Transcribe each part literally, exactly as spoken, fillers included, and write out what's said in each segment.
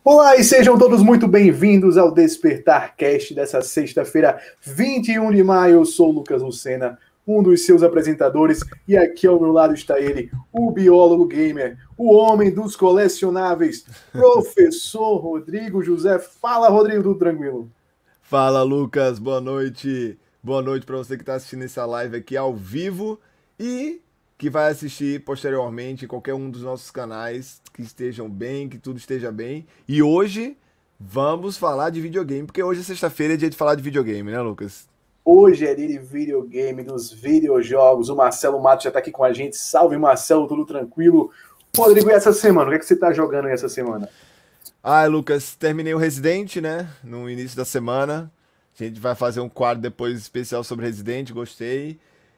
Olá e sejam todos muito bem-vindos ao Despertar Cast dessa sexta-feira, vinte e um de maio. Eu sou o Lucas Lucena, um dos seus apresentadores, e aqui ao meu lado está ele, o biólogo gamer, o homem dos colecionáveis, professor Rodrigo José. Fala, Rodrigo, tudo tranquilo? Fala, Lucas, boa noite. Boa noite para você que está assistindo essa live aqui ao vivo e que vai assistir posteriormente em qualquer um dos nossos canais, que estejam bem, que tudo esteja bem. E hoje vamos falar de videogame, porque hoje é sexta-feira, é dia de falar de videogame, né, Lucas? Hoje é dia de videogame, dos videojogos. O Marcelo Matos já está aqui com a gente. Salve, Marcelo, tudo tranquilo? Rodrigo, e essa semana? O que, é que você está jogando aí essa semana? Ah, Lucas, terminei o Resident, né, no início da semana. A gente vai fazer um quadro depois especial sobre Resident, gostei.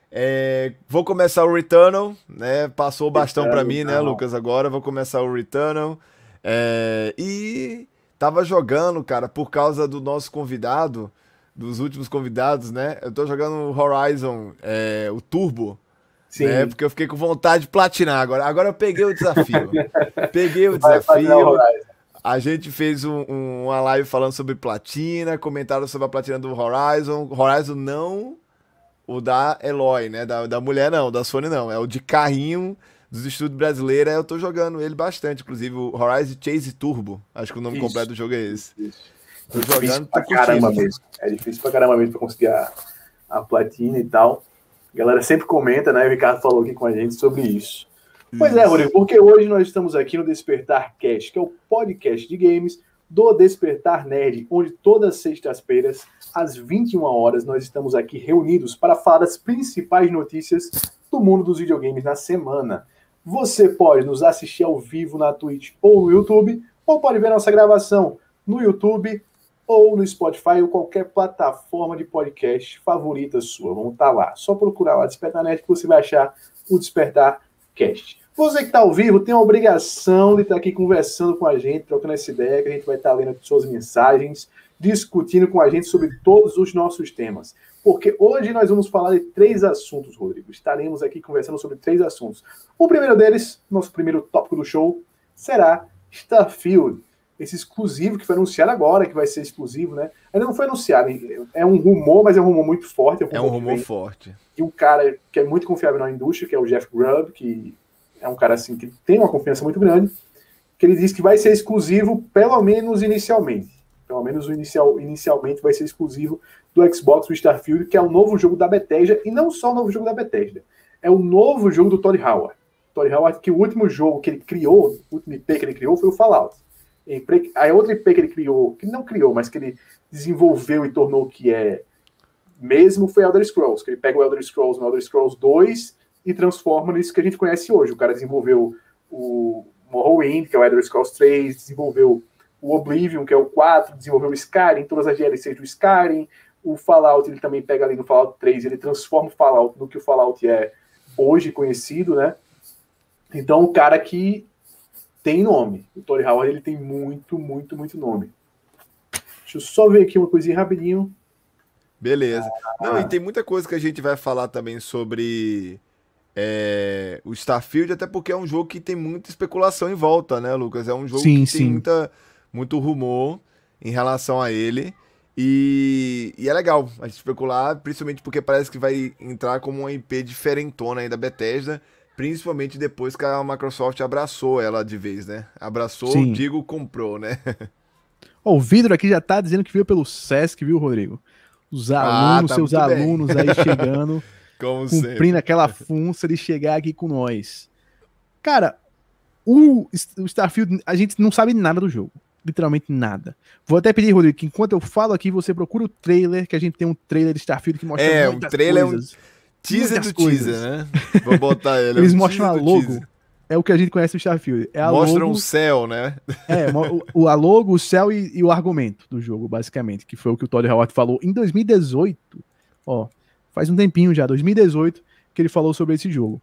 É, vou começar o Returnal, né? Passou o bastão pra mim, né, Lucas? Agora vou começar o Returnal. É, e tava jogando, cara, por causa do nosso convidado, dos últimos convidados, né? Eu tô jogando o Horizon, é, o Turbo, né? Sim, Porque eu fiquei com vontade de platinar agora. Agora eu peguei o desafio. Peguei o vai fazer o desafio. Horizon. A gente fez um- um- uma live falando sobre platina, comentaram sobre a platina do Horizon. Horizon não o da Eloy, né? Da, da mulher não, da Sony não. É o de carrinho dos estúdios brasileiros. Eu tô jogando ele bastante, inclusive o Horizon Chase Turbo. Acho que o nome completo Isso, do jogo é esse. isso. Tô Difícil jogando, tô pra caramba curtindo. mesmo. É difícil pra caramba mesmo pra conseguir a, a platina e tal. A galera sempre comenta, né? O Ricardo falou aqui com a gente sobre isso. Pois é, Isso. Rodrigo, porque hoje nós estamos aqui no Despertar Cast, que é o podcast de games do Despertar Nerd, onde todas as sextas-feiras, às vinte e uma horas, nós estamos aqui reunidos para falar das principais notícias do mundo dos videogames na semana. Você pode nos assistir ao vivo na Twitch ou no YouTube, ou pode ver nossa gravação no YouTube ou no Spotify ou qualquer plataforma de podcast favorita sua. Vamos estar lá. Só procurar lá Despertar Nerd que você vai achar o Despertar Cast. Você que está ao vivo tem a obrigação de estar aqui conversando com a gente, trocando essa ideia, que a gente vai estar lendo suas mensagens, discutindo com a gente sobre todos os nossos temas. Porque hoje nós vamos falar de três assuntos, Rodrigo. Estaremos aqui conversando sobre três assuntos. O primeiro deles, nosso primeiro tópico do show, será Starfield. Esse exclusivo que foi anunciado agora, que vai ser exclusivo, né? Ainda não foi anunciado, hein? É um rumor, mas é um rumor muito forte. É um É rumor, um que rumor vem forte. de um cara que é muito confiável na indústria, que é o Jeff Grubb, que é um cara assim que tem uma confiança muito grande, que ele diz que vai ser exclusivo, pelo menos inicialmente. Pelo menos o inicial, inicialmente vai ser exclusivo do Xbox, o Starfield, que é o novo jogo da Bethesda, e não só o novo jogo da Bethesda, é o novo jogo do Todd Howard. Todd Howard, que o último jogo que ele criou, o último I P que ele criou foi o Fallout. A outra I P que ele criou, que não criou, mas que ele desenvolveu e tornou o que é mesmo, foi Elder Scrolls, que ele pega o Elder Scrolls no Elder Scrolls dois e transforma nisso que a gente conhece hoje. O cara desenvolveu o Morrowind, que é o Elder Scrolls três, desenvolveu o Oblivion, que é o quatro, desenvolveu o Skyrim, todas as D L Cs do Skyrim. O Fallout, ele também pega ali no Fallout três, ele transforma o Fallout no que o Fallout é hoje conhecido, né? Então, o cara que tem nome. O Todd Howard, ele tem muito, muito, muito nome. Deixa eu só ver aqui uma coisinha rapidinho. Beleza. Não, e Ah, tem muita coisa que a gente vai falar também sobre é, o Starfield, até porque é um jogo que tem muita especulação em volta, né, Lucas? É um jogo Sim, que tem sim. muita, muito rumor em relação a ele. E, e é legal a gente especular, principalmente porque parece que vai entrar como uma I P diferentona aí da Bethesda, principalmente depois que a Microsoft abraçou ela de vez, né? Abraçou, Sim. digo, comprou, né? Ó, o Vidro aqui já tá dizendo que veio pelo Sesc, viu, Rodrigo? Os Ah, alunos, tá seus muito bem. alunos aí chegando, Como cumprindo sempre. aquela função de chegar aqui com nós. Cara, o, o Starfield, a gente não sabe nada do jogo. Literalmente nada. Vou até pedir, Rodrigo, que enquanto eu falo aqui, você procura o trailer, que a gente tem um trailer de Starfield que mostra É, um muitas trailer é um coisas. teaser Muitas do teaser, coisas. né? Vou botar ele, é um Eles mostram teaser a do logo. teaser. É o que a gente conhece do Starfield. É a Mostra um logo. céu, né? É, mo- o, o- a logo, o céu e, e o argumento do jogo, basicamente, que foi o que o Todd Howard falou em dois mil e dezoito. Ó, faz um tempinho já, dois mil e dezoito, que ele falou sobre esse jogo.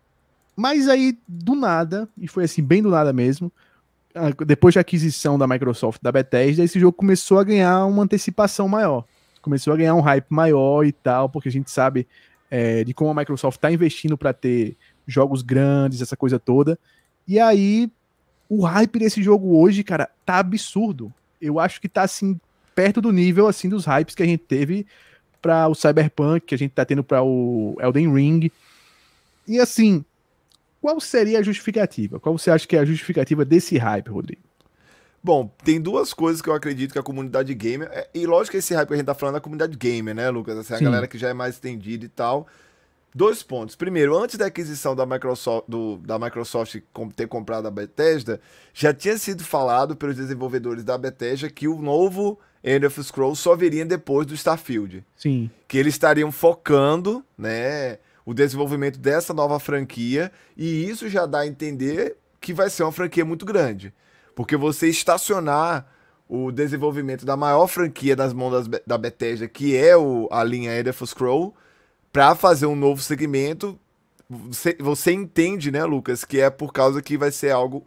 Mas aí, do nada, e foi assim, bem do nada mesmo, ah, depois da aquisição da Microsoft, da Bethesda, esse jogo começou a ganhar uma antecipação maior. Começou a ganhar um hype maior e tal, porque a gente sabe é, de como a Microsoft está investindo para ter jogos grandes, essa coisa toda. E aí o hype desse jogo hoje, cara, tá absurdo. Eu acho que tá, assim, perto do nível, assim, dos hypes que a gente teve pra o Cyberpunk, que a gente tá tendo pra o Elden Ring. E, assim, qual seria a justificativa? Qual você acha que é a justificativa desse hype, Rodrigo? Bom, tem duas coisas que eu acredito que a comunidade gamer... é- E lógico que esse hype que a gente tá falando é a comunidade gamer, né, Lucas? Assim, a Sim. galera que já é mais estendida e tal. Dois pontos. Primeiro, antes da aquisição da Microsoft, do, da Microsoft com- ter comprado a Bethesda, já tinha sido falado pelos desenvolvedores da Bethesda que o novo Elder of Scrolls só viria depois do Starfield. Sim. Que eles estariam focando, né, o desenvolvimento dessa nova franquia, e isso já dá a entender que vai ser uma franquia muito grande. Porque você estacionar o desenvolvimento da maior franquia nas mãos das Be- da Bethesda, que é o, a linha Elder of Scrolls, para fazer um novo segmento, você, você entende, né, Lucas, que é por causa que vai ser algo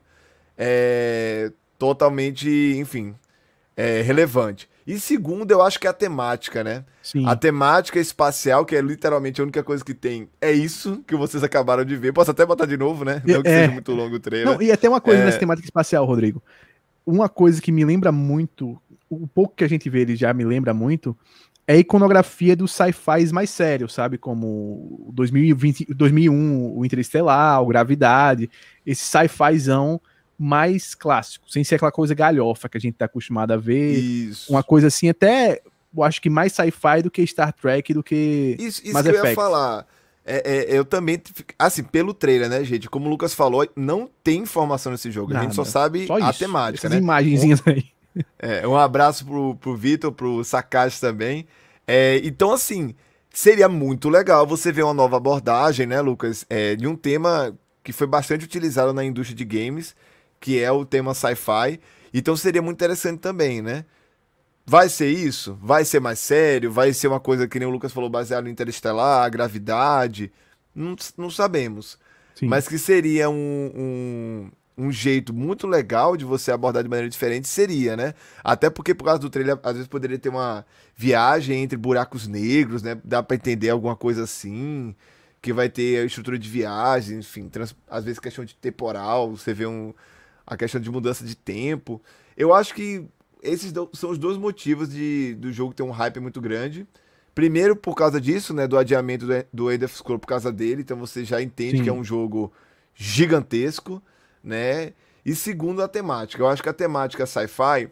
é, totalmente, enfim, é, relevante. E segundo, eu acho que é a temática, né? Sim. A temática espacial, que é literalmente a única coisa que tem, é isso que vocês acabaram de ver. Posso até botar de novo, né? Não que É. seja muito longo o trailer. Não, e até uma coisa É. nessa temática espacial, Rodrigo. Uma coisa que me lembra muito, o pouco que a gente vê ele já me lembra muito, é a iconografia dos sci-fis mais sérios, sabe? Como o dois mil e vinte, dois mil e um, o Interestelar, o Gravidade, esse sci-fizão mais clássico, sem ser aquela coisa galhofa que a gente tá acostumado a ver. Isso. Uma coisa assim, até, eu acho que mais sci-fi do que Star Trek, do que Isso, isso Mass que eu ia Effect. falar. É, é, eu também, assim, pelo trailer, né, gente? Como o Lucas falou, não tem informação nesse jogo. A gente só Nada, sabe só a isso, temática, essas né? imagenzinhas aí. É, um abraço pro, pro Vitor, pro Sakashi também. É, então, assim, seria muito legal você ver uma nova abordagem, né, Lucas? É, de um tema que foi bastante utilizado na indústria de games, que é o tema sci-fi. Então seria muito interessante também, né? Vai ser isso? Vai ser mais sério? Vai ser uma coisa que nem o Lucas falou, baseado no Interestelar, gravidade? Não, não sabemos. Sim. Mas que seria um, um, um jeito muito legal de você abordar de maneira diferente, seria, né? Até porque por causa do trailer, às vezes poderia ter uma viagem entre buracos negros, né? Dá pra entender alguma coisa assim, que vai ter a estrutura de viagem, enfim, trans- às vezes questão de temporal, você vê um, a questão de mudança de tempo. Eu acho que esses do- são os dois motivos de, do jogo ter um hype muito grande. Primeiro, por causa disso, né? Do adiamento do, do Elder Scrolls por causa dele. Então você já entende Sim. que é um jogo gigantesco, né? E segundo, a temática. Eu acho que a temática sci-fi,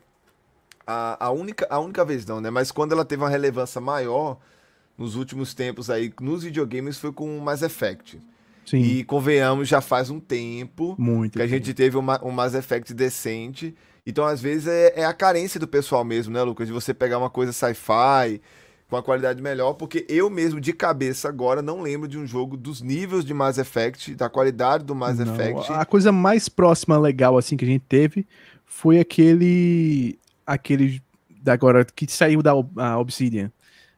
a, a, única, a única vez não, né? Mas quando ela teve uma relevância maior nos últimos tempos aí, nos videogames, foi com o Mass Effect. Sim, E convenhamos, já faz um tempo muito. que a gente teve uma, um Mass Effect decente. Então, às vezes, é, é a carência do pessoal mesmo, né, Lucas? De você pegar uma coisa sci-fi com a qualidade melhor, porque eu mesmo, de cabeça agora, não lembro de um jogo dos níveis de Mass Effect, da qualidade do Mass Não, Effect. a coisa mais próxima legal assim que a gente teve foi aquele aquele da agora que saiu da Ob- a Obsidian.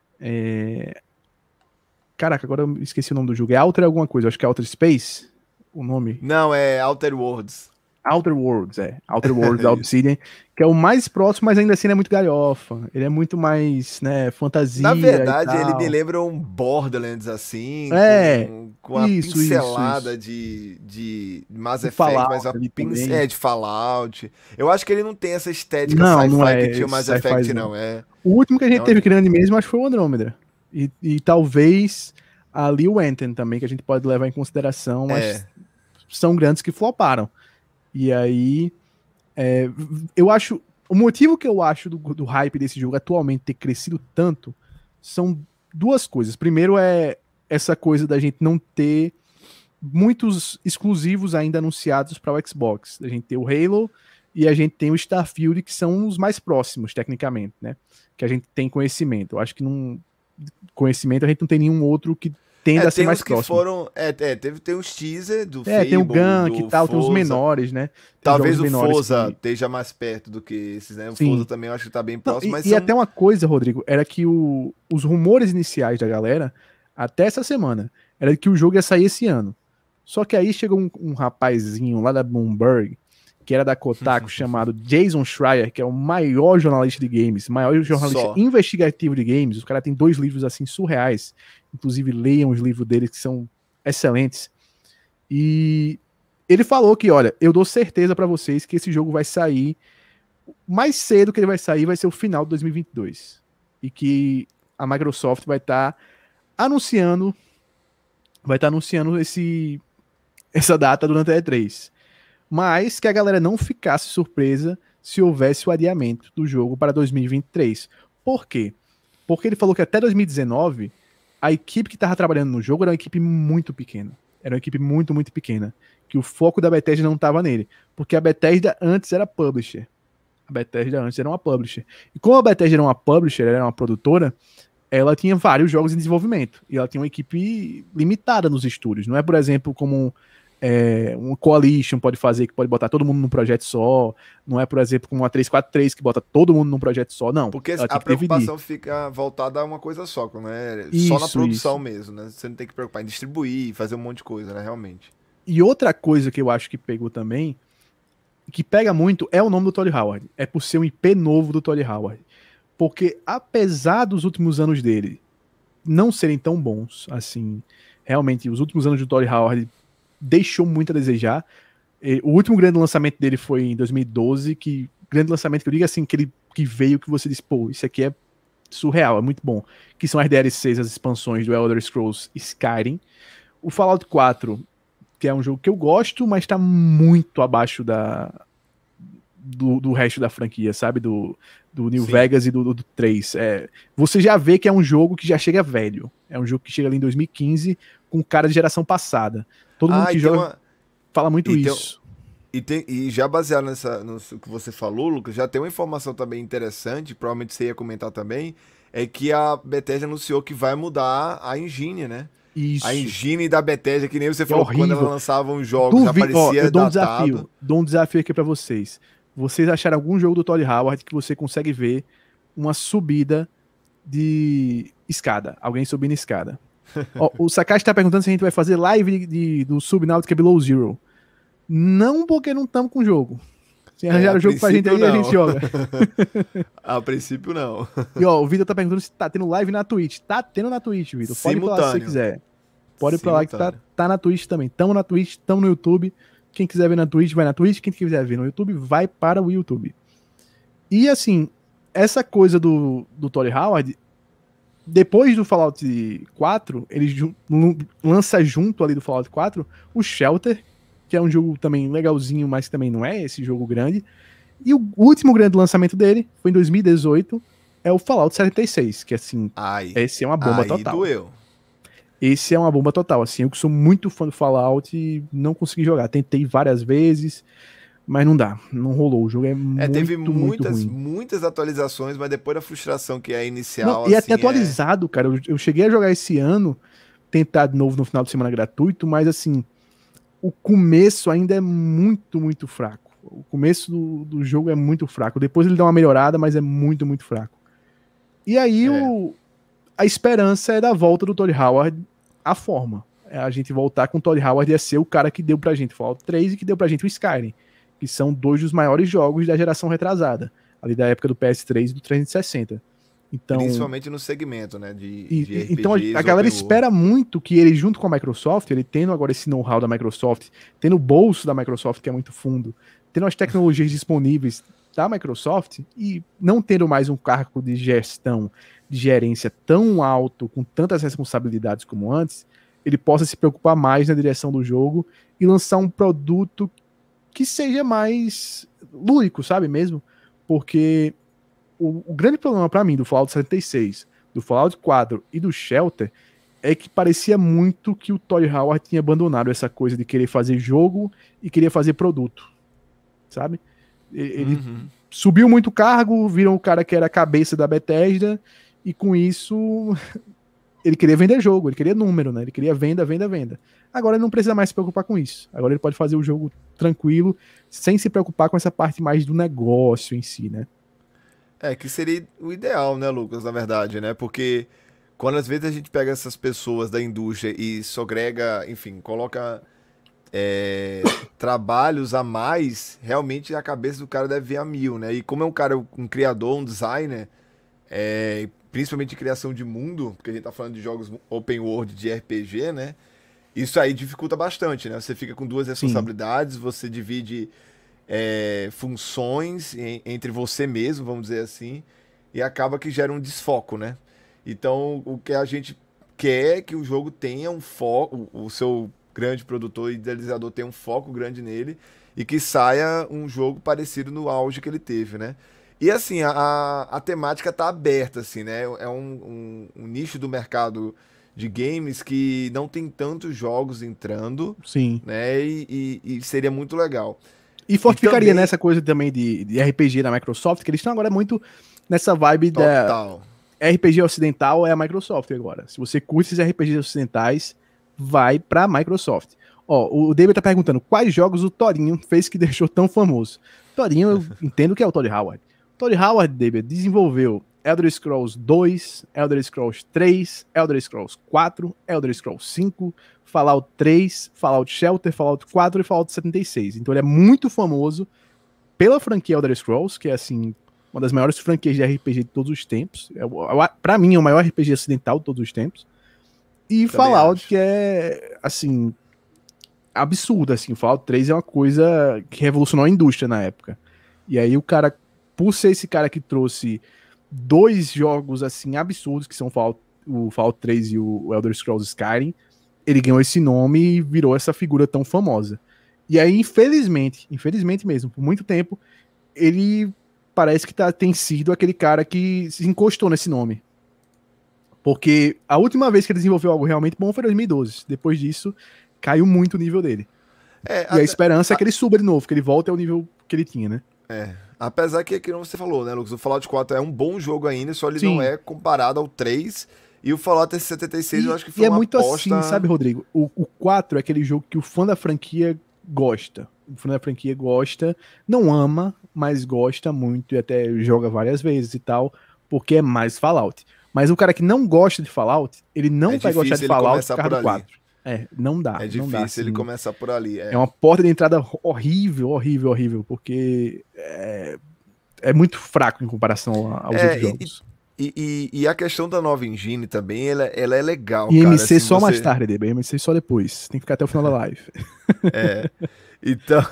É... Caraca, agora eu esqueci o nome do jogo. É Outer alguma coisa, acho que é Outer Space, o nome. Não, é Outer Worlds. Outer Worlds, é. Outer Worlds da Obsidian, que é o mais próximo, mas ainda assim ele é muito galhofa. Ele é muito mais, né, fantasia. Na verdade, e ele tal. me lembra um Borderlands, assim, É, com, com a isso, pincelada isso, De, de Mass Do Effect, Fallout mas a ali pince... também. é de Fallout. Eu acho que ele não tem essa estética Não, não sci-fi é que tinha o Mass sci-fi, Effect, não. não. É, O último que a gente Não, teve né? grande mesmo, acho que foi o Andrômeda. E, e talvez ali o Anthem também, que a gente pode levar em consideração, mas É. são grandes que floparam. E aí, é, eu acho... O motivo que eu acho do, do hype desse jogo atualmente ter crescido tanto são duas coisas. Primeiro é essa coisa da gente não ter muitos exclusivos ainda anunciados para o Xbox. A gente tem o Halo e a gente tem o Starfield, que são os mais próximos, tecnicamente, né? Que a gente tem conhecimento. Eu acho que não... Conhecimento a gente não tem nenhum outro que tenda É, a ser tem mais uns que próximo. foram. É, é, teve, tem uns teaser do É, tem o Fable, Gank do e tal, tem os Forza. menores, né? Tem Talvez o jogos menores Forza que- esteja mais perto do que esses, né? O Sim. Forza também eu acho que tá bem Não, próximo, e, mas e são... até uma coisa, Rodrigo, era que o- os rumores iniciais da galera, até essa semana, era que o jogo ia sair esse ano. Só que aí chegou um, um rapazinho lá da Bloomberg, que era da Kotaku, chamado Jason Schreier, que é o maior jornalista de games, maior jornalista Só. investigativo de games. O cara tem dois livros assim surreais. Inclusive, leiam os livros dele, que são excelentes. E Ele falou que, olha, eu dou certeza pra vocês que esse jogo vai sair, mais cedo que ele vai sair vai ser o final de dois mil e vinte e dois. E que a Microsoft vai estar anunciando, vai estar anunciando esse, essa data durante a E três. Mas que a galera não ficasse surpresa se houvesse o adiamento do jogo para dois mil e vinte e três. Por quê? Porque ele falou que até dois mil e dezenove a equipe que estava trabalhando no jogo era uma equipe muito pequena. Era uma equipe muito, muito pequena. Que o foco da Bethesda não estava nele. Porque a Bethesda antes era publisher. A Bethesda antes era uma publisher. E como a Bethesda era uma publisher, era uma produtora, ela tinha vários jogos em desenvolvimento. E ela tinha uma equipe limitada nos estúdios. Não é, por exemplo, como é, uma Coalition pode fazer, que pode botar todo mundo num projeto só. Não é, por exemplo, como uma três quatro três, que bota todo mundo num projeto só. Não. Porque a preocupação fica voltada a uma coisa só, né? Isso, só na produção isso. mesmo, né? Você não tem que preocupar em distribuir, fazer um monte de coisa, né? Realmente. E outra coisa que eu acho que pegou também, que pega muito, é o nome do Todd Howard. É por ser um I P novo do Todd Howard. Porque apesar dos últimos anos dele não serem tão bons, assim, realmente, os últimos anos do Todd Howard deixou muito a desejar. O último grande lançamento dele foi em dois mil e doze, que grande lançamento que eu digo assim, que ele que veio que você disse, pô, isso aqui é surreal, é muito bom. Que são as D L Cs, as expansões do Elder Scrolls Skyrim. O Fallout quatro, que é um jogo que eu gosto, mas tá muito abaixo da, do, do resto da franquia, sabe? Do, do New Sim. Vegas e do, do, do três. É, você já vê que é um jogo que já chega velho. É um jogo que chega ali em dois mil e quinze com cara de geração passada. Todo ah, mundo que joga uma... fala muito e isso. Tem, e, tem, e já baseado nessa, no que você falou, Lucas, já tem uma informação também interessante, provavelmente você ia comentar também, é que a Bethesda anunciou que vai mudar a engine, né? Isso. A engine da Bethesda, que nem você falou, é quando ela lançava um jogo, Duvi... já parecia Ó, eu dou um datado. desafio, dou um desafio aqui pra vocês. Vocês acharam algum jogo do Todd Howard que você consegue ver uma subida de escada, alguém subindo escada? Ó, o Sakashi tá perguntando se a gente vai fazer live de, de, do Subnautica Below Zero. Não, porque não estamos com o jogo. Se arranjar é, o jogo pra gente aí, não. A gente joga. A princípio, não. E ó, o Vitor tá perguntando se tá tendo live na Twitch. Tá tendo na Twitch, Vitor. Pode ir pra lá se você quiser. Pode ir pra lá que tá, tá na Twitch também. Tamo na Twitch, tamo no YouTube. Quem quiser ver na Twitch, vai na Twitch. Quem quiser ver no YouTube, vai para o YouTube. E assim, essa coisa do, do Todd Howard, depois do Fallout quatro, ele ju- lança junto ali do Fallout quatro o Shelter, que é um jogo também legalzinho, mas que também não é esse jogo grande. E o último grande lançamento dele foi em dois mil e dezoito, é o Fallout setenta e seis, que assim, ai, esse é uma bomba ai, total. Doeu. Esse é uma bomba total, assim, eu que sou muito fã do Fallout e não consegui jogar. Tentei várias vezes, mas não dá, não rolou. O jogo é, é muito, teve muito muitas, ruim. muitas atualizações, mas depois da frustração que é inicial, Não, e assim, até atualizado, é... cara. Eu, eu cheguei a jogar esse ano, tentar de novo no final de semana gratuito, mas assim, o começo ainda é muito, muito fraco. O começo do, do jogo é muito fraco. Depois ele dá uma melhorada, mas é muito, muito fraco. E aí é. o, a esperança é da volta do Todd Howard à forma. É a gente voltar com o Todd Howard e a ser o cara que deu pra gente o Fallout três e que deu pra gente o Skyrim, que são dois dos maiores jogos da geração retrasada, ali da época do P S três e do trezentos e sessenta. Então, principalmente no segmento, né, de, e, de R P Gs, então a, a galera espera muito que ele, junto com a Microsoft, ele tendo agora esse know-how da Microsoft, tendo o bolso da Microsoft, que é muito fundo, tendo as tecnologias disponíveis da Microsoft e não tendo mais um cargo de gestão, de gerência tão alto, com tantas responsabilidades como antes, ele possa se preocupar mais na direção do jogo e lançar um produto que seja mais lúdico, sabe mesmo? Porque o, o grande problema para mim do Fallout setenta e seis, do Fallout quatro e do Shelter é que parecia muito que o Todd Howard tinha abandonado essa coisa de querer fazer jogo e queria fazer produto, sabe? Ele uhum. subiu muito o cargo, viram o cara que era a cabeça da Bethesda e com isso ele queria vender jogo, ele queria número, né? Ele queria venda, venda, venda. Agora ele não precisa mais se preocupar com isso. Agora ele pode fazer o jogo tranquilo, sem se preocupar com essa parte mais do negócio em si, né? É, que seria o ideal, né, Lucas, na verdade, né? Porque quando às vezes a gente pega essas pessoas da indústria e sogrega, enfim, coloca é, trabalhos a mais, realmente a cabeça do cara deve vir a mil, né? E como é um cara, um criador, um designer, é, principalmente de criação de mundo, porque a gente tá falando de jogos open world de R P G, né? Isso aí dificulta bastante, né? Você fica com duas responsabilidades, Sim. você divide é, funções em, entre você mesmo, vamos dizer assim, e acaba que gera um desfoco, né? Então, o que a gente quer é que o jogo tenha um foco, o seu grande produtor e idealizador tenha um foco grande nele e que saia um jogo parecido no auge que ele teve, né? E assim, a, a temática tá aberta, assim, né? É um, um, um nicho do mercado de games que não tem tantos jogos entrando, Sim. né? E, e, e seria muito legal. E fortificaria e também... nessa coisa também de, de R P G da Microsoft, que eles estão agora muito nessa vibe Total. da R P G ocidental é a Microsoft agora. Se você curte esses R P Gs ocidentais, vai pra Microsoft. Ó, o David tá perguntando quais jogos o Torinho fez que deixou tão famoso. Torinho, eu entendo que é o Todd Howard. Todd Howard, David, desenvolveu Elder Scrolls dois, Elder Scrolls três, Elder Scrolls quatro, Elder Scrolls cinco, Fallout três, Fallout Shelter, Fallout quatro e Fallout setenta e seis. Então ele é muito famoso pela franquia Elder Scrolls, que é assim, uma das maiores franquias de R P G de todos os tempos. É, pra mim é o maior R P G ocidental de todos os tempos. E Também Fallout, acho. que é assim, absurdo, assim. Fallout três é uma coisa que revolucionou a indústria na época. E aí o cara, por ser esse cara que trouxe dois jogos assim absurdos, que são Fallout, o Fallout três e o Elder Scrolls Skyrim, ele ganhou esse nome e virou essa figura tão famosa. E aí, infelizmente, infelizmente mesmo, por muito tempo, ele parece que tá, tem sido aquele cara que se encostou nesse nome. Porque a última vez que ele desenvolveu algo realmente bom foi em dois mil e doze. Depois disso, caiu muito o nível dele. É, e a, a esperança a... é que ele suba de novo, que ele volte ao nível que ele tinha, né? É. Apesar que, que você falou, né, Lucas? O Fallout quatro é um bom jogo ainda, só ele Sim. não é comparado ao três. E o Fallout setenta e seis e, eu acho que foi e uma é muito aposta... assim, sabe, Rodrigo? O, o quatro é aquele jogo que o fã da franquia gosta. O fã da franquia gosta, não ama, mas gosta muito e até joga várias vezes e tal, porque é mais Fallout. Mas o cara que não gosta de Fallout, ele não é vai gostar de Fallout por causa do quatro. É, não dá. É difícil não dá, assim. Ele começar por ali. É. é uma porta de entrada horrível, horrível, horrível, porque é, é muito fraco em comparação aos é, outros jogos. E, e, e a questão da nova engine também, ela, ela é legal, e cara. M C assim, só você... mais tarde, D B. M C só depois. Tem que ficar até o final da live. É. Então,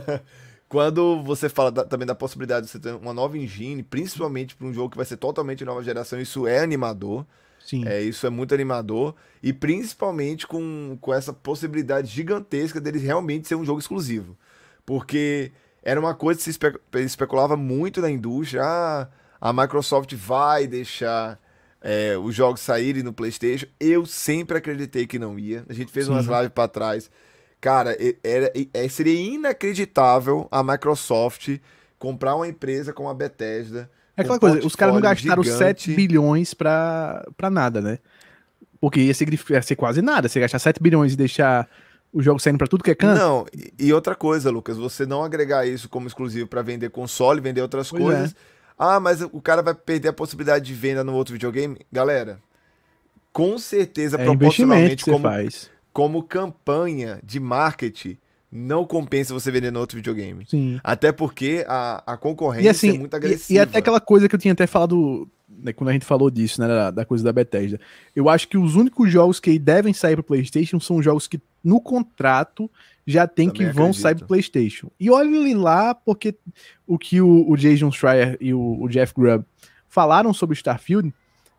quando você fala da, também da possibilidade de você ter uma nova engine, principalmente para um jogo que vai ser totalmente nova geração, isso é animador. Sim. É, isso é muito animador. E principalmente com, com essa possibilidade gigantesca dele realmente ser um jogo exclusivo. Porque era uma coisa que se espe especulava muito na indústria. Ah, a Microsoft vai deixar é, os jogos saírem no PlayStation. Eu sempre acreditei que não ia. A gente fez Sim. umas lives para trás. Cara, era, era, seria inacreditável a Microsoft comprar uma empresa como a Bethesda. É aquela coisa, os caras não gastaram gigante. sete bilhões pra, pra nada, né? Porque ia ser, ia ser quase nada. Você gastar sete bilhões e deixar o jogo saindo pra tudo que é canto. Não, e, e outra coisa, Lucas, você não agregar isso como exclusivo pra vender console, vender outras pois coisas. É. Ah, mas o cara vai perder a possibilidade de venda no outro videogame? Galera, com certeza, é proporcionalmente, que como, faz. como campanha de marketing, não compensa você vender no outro videogame. Sim. Até porque a, a concorrência e assim, é muito agressiva. E, e até aquela coisa que eu tinha até falado, né, quando a gente falou disso, né, da, da coisa da Bethesda. Eu acho que os únicos jogos que devem sair pro PlayStation são jogos que no contrato já tem Também que vão acredito. sair pro PlayStation. E olhe lá, porque o que o, o Jason Schreier e o, o Jeff Grubb falaram sobre o Starfield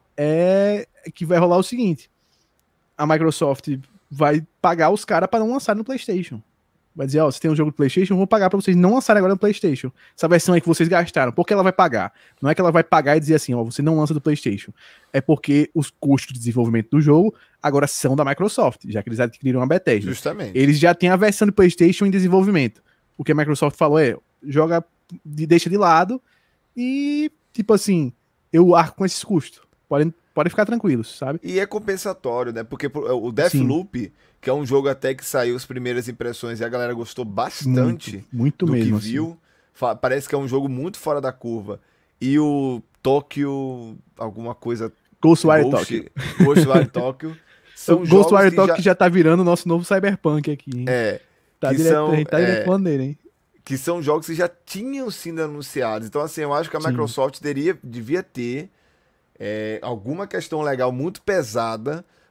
é que vai rolar o seguinte: a Microsoft vai pagar os caras para não lançar no PlayStation. Vai dizer, ó, oh, se tem um jogo do PlayStation, eu vou pagar pra vocês não lançarem agora no PlayStation. Essa versão aí que vocês gastaram. Por que ela vai pagar? Não é que ela vai pagar e dizer assim, ó, oh, você não lança do PlayStation. É porque os custos de desenvolvimento do jogo agora são da Microsoft, já que eles adquiriram a Bethesda. Justamente. Eles já têm a versão do PlayStation em desenvolvimento. O que a Microsoft falou é, joga, deixa de lado e, tipo assim, eu arco com esses custos. Podem, podem ficar tranquilos, sabe? E é compensatório, né? Porque o Deathloop, que é um jogo até que saiu as primeiras impressões e a galera gostou bastante muito, muito do mesmo, que viu. Assim. Parece que é um jogo muito fora da curva. E o Tokyo, alguma coisa... Ghostwire Tokyo. Ghostwire Tokyo. São Ghostwire Tokyo que já... já tá virando o nosso novo Cyberpunk aqui. Hein? É. Tá direto, são, a gente tá direto falando dele, hein? Que são jogos que já tinham sido anunciados. Então, assim, eu acho que a Microsoft teria, devia ter é, alguma questão legal muito pesada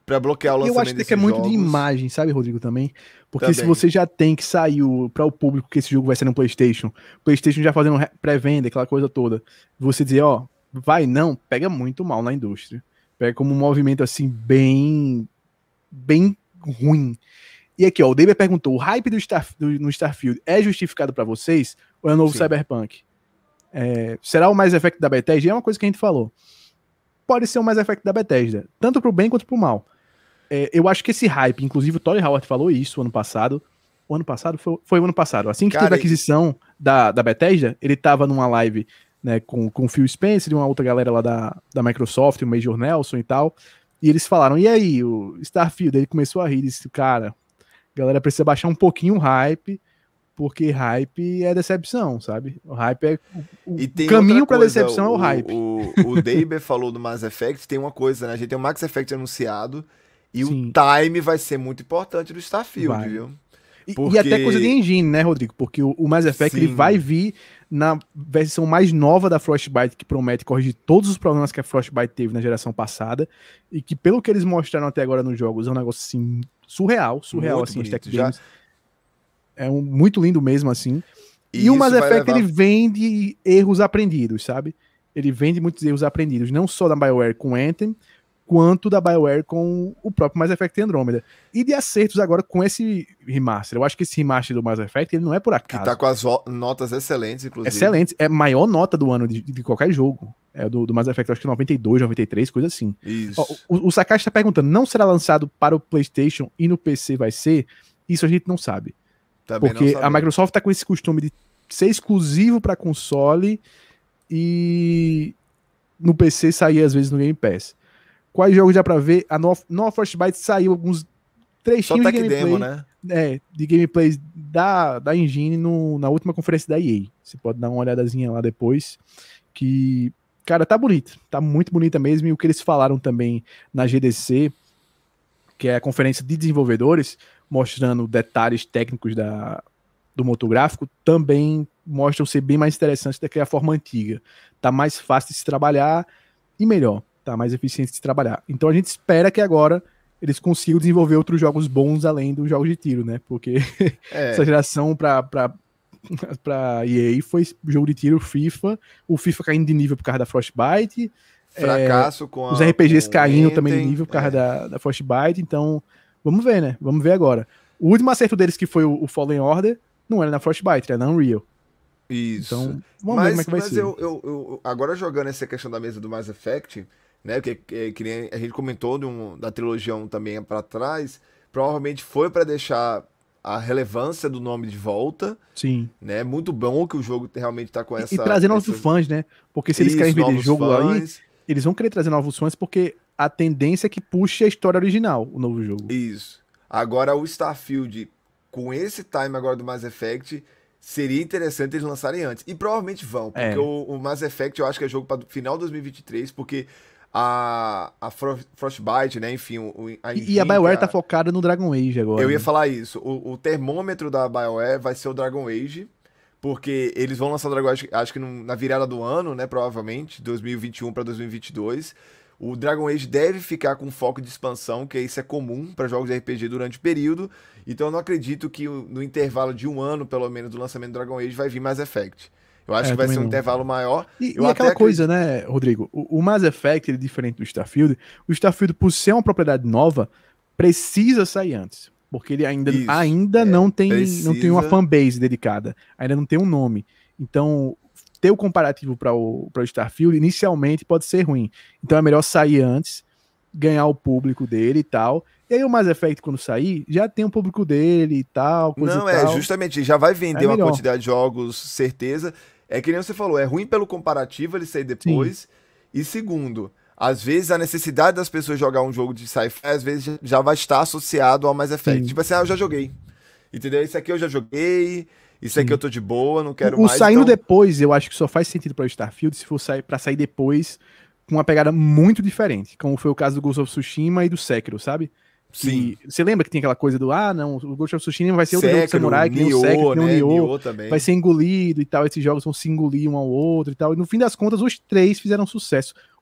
pra bloquear o lançamento Eu acho que é muito jogos. de imagem, sabe, Rodrigo, também? Porque Também. se você já tem que sair para o público que esse jogo vai ser no PlayStation, PlayStation já fazendo pré-venda, aquela coisa toda, você dizer, ó, vai não, pega muito mal na indústria. Pega como um movimento, assim, bem bem ruim. E aqui, ó, o David perguntou, o hype do, Star, do no Starfield é justificado para vocês ou é o novo Sim. Cyberpunk? É, será o Mass Effect da Bethesda? É uma coisa que a gente falou. Pode ser o Mass Effect da Bethesda, tanto pro bem quanto pro mal. É, eu acho que esse hype, inclusive o Todd Howard falou isso ano passado. O ano passado? Foi, foi o ano passado. Assim que Cara, teve a aquisição e... da, da Bethesda, ele tava numa live, né, com, com o Phil Spencer e uma outra galera lá da, da Microsoft, o Major Nelson e tal. E eles falaram, e aí, o Starfield? Ele começou a rir e disse, cara, a galera precisa baixar um pouquinho o hype, porque hype é decepção, sabe? O hype é... O, o caminho pra coisa, decepção o, é o hype. O, o David falou do Mass Effect, tem uma coisa, né? A gente tem o Mass Effect anunciado, e Sim. o time vai ser muito importante do Starfield, vai. viu? Porque... E até coisa de engine, né, Rodrigo? Porque o, o Mass Effect ele vai vir na versão mais nova da Frostbite, que promete corrigir todos os problemas que a Frostbite teve na geração passada, e que, pelo que eles mostraram até agora nos jogos, é um negócio, assim, surreal, surreal, muito assim, bonito, as tech games. Já... É um, muito lindo mesmo, assim. E, e o Mass Effect, levar... ele vende erros aprendidos, sabe? Ele vende muitos erros aprendidos, não só da BioWare com Anthem, quanto da BioWare com o próprio Mass Effect Andromeda. E de acertos agora com esse remaster. Eu acho que esse remaster do Mass Effect, ele não é por acaso. Que tá com as notas excelentes, inclusive. Excelentes. É a maior nota do ano de, de qualquer jogo. É do, do Mass Effect, acho que noventa e dois, noventa e três, coisa assim. Isso. Ó, o, o Sakashi tá perguntando, não será lançado para o PlayStation e no P C vai ser? Isso a gente não sabe. Também Porque não a Microsoft tá com esse costume de ser exclusivo para console e no P C sair às vezes no Game Pass. Quais jogos dá pra ver? A Nova, Nova Frostbite saiu alguns trechinhos Só de gameplay, demo, né? É, de gameplays da, da engine no, na última conferência da E A. Você pode dar uma olhadazinha lá depois, que, cara, tá bonito, tá muito bonita mesmo, e o que eles falaram também na G D C, que é a conferência de desenvolvedores, mostrando detalhes técnicos da, do motor gráfico, também mostram ser bem mais interessantes do que a forma antiga. Tá mais fácil de se trabalhar e melhor. Tá mais eficiente de se trabalhar. Então a gente espera que agora eles consigam desenvolver outros jogos bons além dos jogos de tiro, né? Porque é. essa geração pra, pra, pra E A foi jogo de tiro, FIFA, o FIFA caindo de nível por causa da Frostbite, fracasso é, com a, os R P Gs com caindo Enten, também de nível por causa é. da, da Frostbite, então vamos ver, né? Vamos ver agora. O último acerto deles, que foi o, o Fallen Order, não era na Frostbite, era na Unreal. Isso. Então, vamos mas, ver como é que vai mas ser. Eu, eu, eu, agora jogando essa questão da mesa do Mass Effect, né, que, que, que nem a gente comentou de um, da trilogia um também para trás, provavelmente foi para deixar a relevância do nome de volta. Sim. Né, muito bom que o jogo realmente tá com essa... E, e trazer novos essa... fãs, né? Porque se eles Isso, querem vender jogo fãs. aí, eles vão querer trazer novos fãs, porque a tendência é que puxe a história original, o novo jogo. Isso. Agora o Starfield, com esse time agora do Mass Effect, seria interessante eles lançarem antes. E provavelmente vão, porque é. o, o Mass Effect eu acho que é jogo para final de dois mil e vinte e três, porque a, a Frostbite, né, enfim... O, a e, e a BioWare tá focada no Dragon Age agora. Eu ia né? falar isso. O, o termômetro da BioWare vai ser o Dragon Age, porque eles vão lançar o Dragon Age, acho que no, na virada do ano, né, provavelmente, dois mil e vinte e um para dois mil e vinte e dois. O Dragon Age deve ficar com foco de expansão, que isso é comum para jogos de R P G durante o período. Então eu não acredito que no intervalo de um ano, pelo menos, do lançamento do Dragon Age, vai vir Mass Effect. Eu acho é, que vai ser um não. intervalo maior. E, eu e até aquela acredito... coisa, né, Rodrigo? O, o Mass Effect, ele é diferente do Starfield. O Starfield, por ser uma propriedade nova, precisa sair antes. Porque ele ainda, Isso, ainda é, não, tem, precisa... não tem uma fanbase dedicada. Ainda não tem um nome. Então, ter o comparativo para o, para o Starfield, inicialmente, pode ser ruim. Então é melhor sair antes, ganhar o público dele e tal. E aí o Mass Effect, quando sair, já tem o público dele e tal, coisa Não, e é, tal. justamente, já vai vender é uma melhor. quantidade de jogos, certeza. É que nem você falou, é ruim pelo comparativo ele sair depois. Sim. E segundo, às vezes a necessidade das pessoas jogar um jogo de sci-fi, às vezes já vai estar associado ao Mass Effect. Sim. Tipo assim, ah, eu já joguei. Entendeu? Isso aqui eu já joguei, isso aqui Sim. eu tô de boa, não quero o, mais. O saindo então... depois, eu acho que só faz sentido para o Starfield se for sair, pra sair depois com uma pegada muito diferente, como foi o caso do Ghost of Tsushima e do Sekiro, sabe? Sim. Que, você lembra que tem aquela coisa do, ah, não, o Ghost of Tsushima vai ser outro Sekiro, jogo de samurai, que nem Nioh, o Sekiro, que nem né? o Nioh, Nioh também. vai ser engolido e tal, esses jogos vão se engolir um ao outro e tal, e no fim das contas os três fizeram sucesso.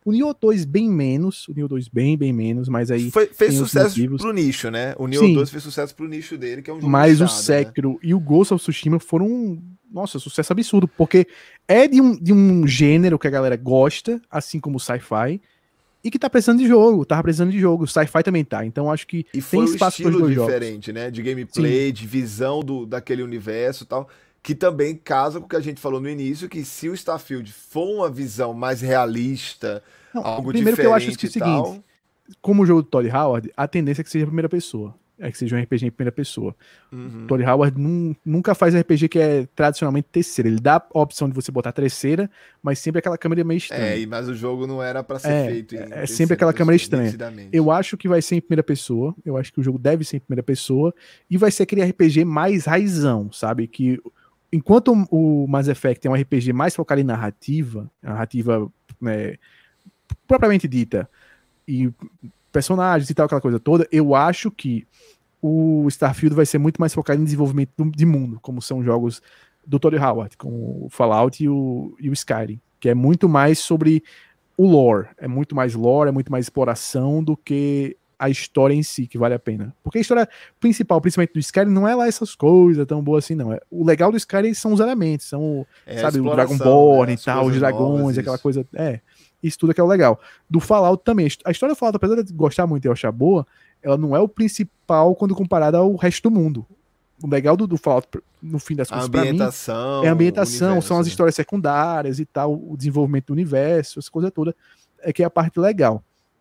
O Nioh dois bem menos, o Nioh dois bem, bem menos, mas aí Foi, fez tem os sucesso motivos. pro nicho, né? O Nioh Sim. dois fez sucesso pro nicho dele, que é um jogo Mas o nichado, Sekiro né? e o Ghost of Tsushima foram, nossa, sucesso absurdo, porque é de um, de um gênero que a galera gosta, assim como o sci-fi, e que tá precisando de jogo, tava precisando de jogo, o sci-fi também tá, então acho que E tem foi um espaço para os estilo dois jogos. diferente, né? De gameplay, de visão do, daquele universo e tal. Que também casa com o que a gente falou no início, que se o Starfield for uma visão mais realista, Não, algo primeiro que eu acho que é diferente o e tal... seguinte, como o jogo do Todd Howard, a tendência é que seja a primeira pessoa. É que seja um R P G em primeira pessoa. Uhum. Todd Howard num, nunca faz R P G que é tradicionalmente terceira. Ele dá a opção de você botar terceira, mas sempre aquela câmera meio estranha. É, mas o jogo não era pra ser É, feito em é sempre aquela câmera estranha. nitidamente. Eu acho que vai ser em primeira pessoa. Eu acho que o jogo deve ser em primeira pessoa. E vai ser aquele R P G mais raizão, sabe? Que enquanto o Mass Effect é um R P G mais focado em narrativa, narrativa né, propriamente dita, e personagens e tal, aquela coisa toda, eu acho que o Starfield vai ser muito mais focado em desenvolvimento de mundo, como são jogos do Todd Howard, como o Fallout e o, e o Skyrim, que é muito mais sobre o lore, é muito mais lore, é muito mais exploração do que a história em si, que vale a pena. Porque a história principal, principalmente do Skyrim, não é lá essas coisas tão boas assim, não. É, o legal do Skyrim são os elementos, são, É, sabe, o exploração, Dragonborn né? e As tal, os coisas dragões, novas, aquela isso. coisa, é, isso tudo que é o legal. Do Fallout também, a história do Fallout, apesar de eu gostar muito e eu achar boa, ela não é o principal quando comparada ao resto do mundo. O legal do, do Fallout, no fim das A contas, pra mim, ambientação, é a ambientação, o universo, são as né? histórias secundárias e tal, o desenvolvimento do universo, essa coisa toda, é que é a parte legal.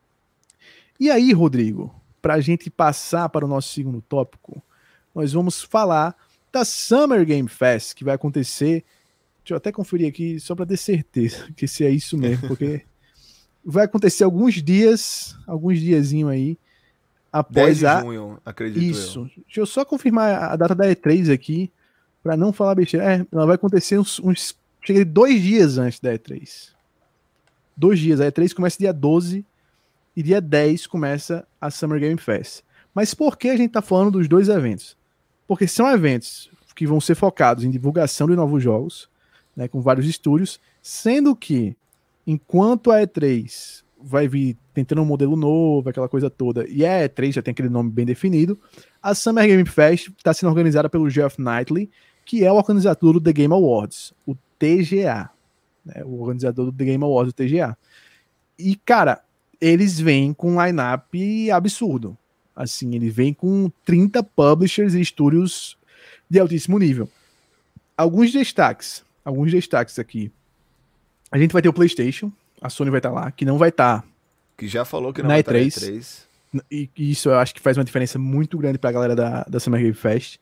E aí, Rodrigo, pra gente passar para o nosso segundo tópico, nós vamos falar da Summer Game Fest, que vai acontecer, deixa eu até conferir aqui, só para ter certeza que se é isso mesmo, porque vai acontecer alguns dias, alguns diazinho aí, após dez de a... junho, acredito Isso. eu. Deixa eu só confirmar a data da E três aqui, para não falar besteira. É, ela vai acontecer uns, uns... Chega dois dias antes da E três. Dois dias. A E três começa dia doze e dia dez começa a Summer Game Fest. Mas por que a gente tá falando dos dois eventos? Porque são eventos que vão ser focados em divulgação de novos jogos, né, com vários estúdios, sendo que, enquanto a E três vai vir tentando um modelo novo, aquela coisa toda, e a E três já tem aquele nome bem definido, a Summer Game Fest está sendo organizada pelo Geoff Knightley, que é o organizador do The Game Awards, o T G A, né, o organizador do The Game Awards, o T G A. E, cara, eles vêm com um line-up absurdo. Assim, eles vêm com trinta publishers e estúdios de altíssimo nível. Alguns destaques, alguns destaques aqui. A gente vai ter o PlayStation, a Sony vai estar lá, que não vai estar Que já falou que não na vai E estar na E três. três. E isso eu acho que faz uma diferença muito grande pra galera da, da Summer Game Fest.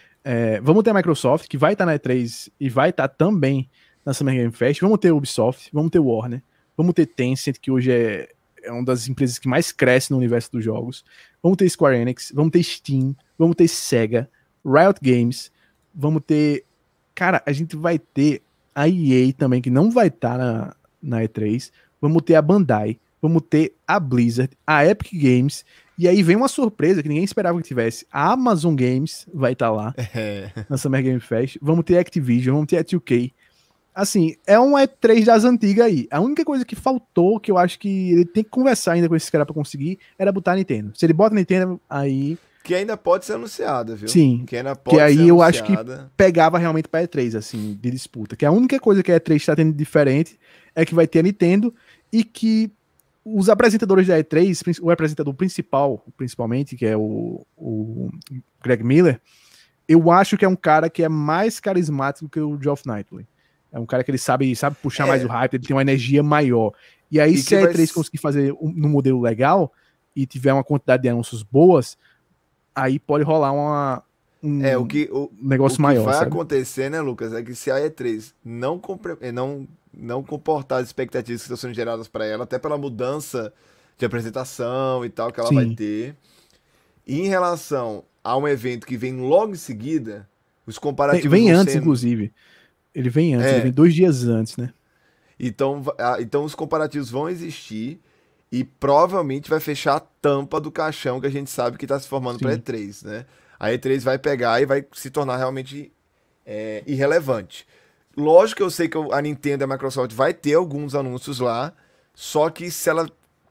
É, vamos ter a Microsoft, que vai estar na E três e vai estar também na Summer Game Fest. Vamos ter a Ubisoft, vamos ter Warner, vamos ter Tencent, que hoje é, é uma das empresas que mais cresce no universo dos jogos. Vamos ter Square Enix, vamos ter Steam, vamos ter Sega, Riot Games, vamos ter... Cara, a gente vai ter a E A também, que não vai estar na, na E três. Vamos ter a Bandai, vamos ter a Blizzard, a Epic Games, e aí vem uma surpresa que ninguém esperava que tivesse. A Amazon Games vai estar lá, É. na Summer Game Fest. Vamos ter a Activision, vamos ter a dois K. Assim, é um E três das antigas aí. A única coisa que faltou, que eu acho que ele tem que conversar ainda com esse cara pra conseguir, era botar a Nintendo. Se ele bota a Nintendo, aí Que ainda pode ser anunciada, viu? Sim, Que ainda pode que aí ser eu acho que anunciada. pegava realmente pra E três, assim, de disputa. Que a única coisa que a E três está tendo de diferente é que vai ter a Nintendo e que os apresentadores da E três, o apresentador principal, principalmente, que é o, o Greg Miller, eu acho que é um cara que é mais carismático que o Geoff Knightley. É um cara que ele sabe, sabe puxar É. mais o hype, ele tem uma energia maior. E aí, E se que a vai E três s- conseguir fazer um, num modelo legal e tiver uma quantidade de anúncios boas, aí pode rolar uma, um É, o que, o, negócio o que maior, vai sabe? acontecer, né, Lucas, é que se a E três não, compre- eh, não, não comportar as expectativas que estão sendo geradas para ela, até pela mudança de apresentação e tal que ela vai Sim. ter, e em relação a um evento que vem logo em seguida, os Vem, comparativos vem vão antes, ser... inclusive. Ele vem antes, É. ele vem dois dias antes, né? Então, va- ah, então os comparativos vão existir e provavelmente vai fechar a tampa do caixão que a gente sabe que está se formando para a Sim. E três, né? A E três vai pegar e vai se tornar realmente é, irrelevante. Lógico que eu sei que a Nintendo e a Microsoft vai ter alguns anúncios lá, Só que se ela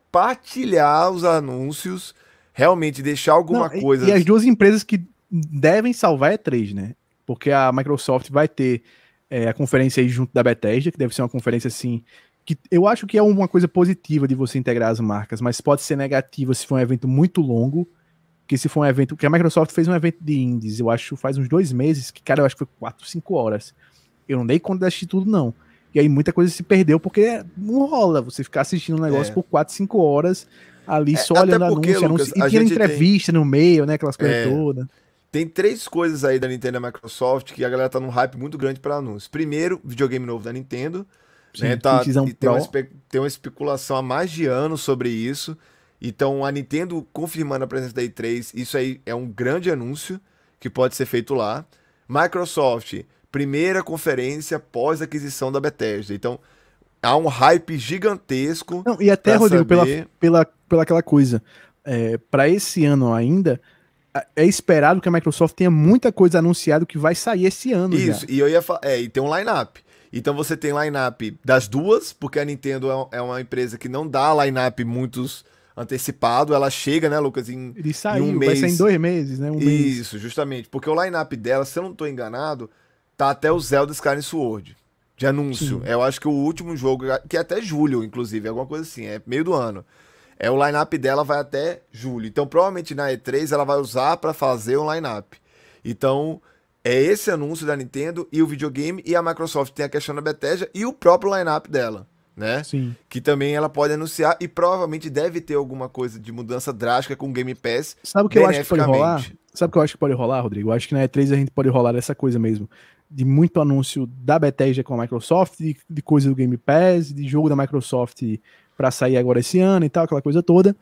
partilhar os anúncios, realmente deixar alguma Não, coisa... E, e as duas empresas que devem salvar é três, né? Porque a Microsoft vai ter é, a conferência aí junto da Bethesda, que deve ser uma conferência assim, que eu acho que é uma coisa positiva de você integrar as marcas, mas pode ser negativa se for um evento muito longo, que se for um evento, que a Microsoft fez um evento de indies, eu acho faz uns dois meses, que cara, eu acho que foi quatro, cinco horas. Eu não dei conta de assistir tudo, não. E aí muita coisa se perdeu, porque não rola você ficar assistindo um negócio É. por quatro, cinco horas, ali É, só até olhando porque, anúncio, Lucas, anúncio, a e tinha gente entrevista no meio, né, aquelas coisas É. todas. Tem três coisas aí da Nintendo e da Microsoft que a galera tá num hype muito grande para anúncio. Primeiro, videogame novo da Nintendo. Sim, né, tá, Switchzão e tem, uma, Pro. espe- tem uma especulação há mais de anos sobre isso. Então, a Nintendo confirmando a presença da E três, isso aí é um grande anúncio que pode ser feito lá. Microsoft, primeira conferência pós-aquisição da Bethesda. Então, há um hype gigantesco. Não, e até, pra Rodrigo, pela, saber- pela, pela aquela coisa, é, para esse ano ainda, a- é esperado que a Microsoft tenha muita coisa anunciada que vai sair esse ano Isso, já. e eu ia falar. É, e tem um line-up. Então você tem line-up das duas, porque a Nintendo é um- é uma empresa que não dá line-up muitos antecipado. Ela chega, né, Lucas, em, Ele em saiu, um vai mês. sair em dois meses, né? Um mês. Isso, justamente. Porque o line-up dela, se eu não tô enganado, tá até o Zelda Skyward Sword. De anúncio. Sim. Eu acho que o último jogo, que é até julho, inclusive, alguma coisa assim, é meio do ano. É, o line-up dela vai até julho. Então, provavelmente na E três ela vai usar pra fazer um line-up. Então, é esse anúncio da Nintendo e o videogame, e a Microsoft tem a questão da Bethesda e o próprio line-up dela, né? Sim. Que também ela pode anunciar e provavelmente deve ter alguma coisa de mudança drástica com o Game Pass. Sabe o que eu acho que pode rolar? beneficamente. Sabe o que eu acho que pode rolar, Rodrigo? Eu acho que na E três a gente pode rolar essa coisa mesmo. De muito anúncio da Bethesda com a Microsoft, de, de coisa do Game Pass, de jogo da Microsoft pra sair agora esse ano e tal, aquela coisa toda.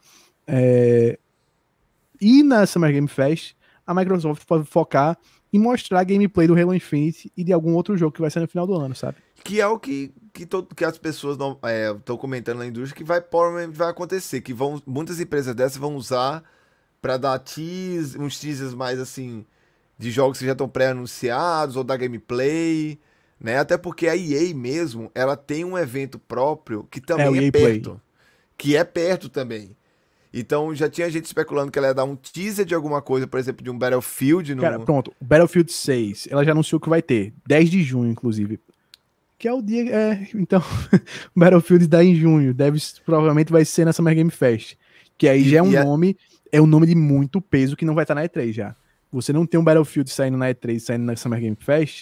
É, E na Summer Game Fest, a Microsoft pode focar em mostrar a gameplay do Halo Infinite e de algum outro jogo que vai ser no final do ano, sabe? Que é o que, que, todo, que as pessoas estão comentando na indústria que vai, provavelmente vai acontecer. Que vão, muitas empresas dessas vão usar para dar teas, uns teasers mais assim, de jogos que já estão pré-anunciados, ou da gameplay, né? Até porque a E A mesmo, ela tem um evento próprio que também É, o é, E A Play. perto. Que é perto também. Então já tinha gente especulando que ela ia dar um teaser de alguma coisa, por exemplo, de um Battlefield no... Cara, pronto, o Battlefield seis, ela já anunciou que vai ter, dez de junho, inclusive. Que é o dia. É, então, o Battlefield dá em junho. Deve, provavelmente vai ser na Summer Game Fest. Que aí E- já é um e a- nome. É um nome de muito peso que não vai estar na E três já. Você não tem um Battlefield saindo na E três, saindo na Summer Game Fest,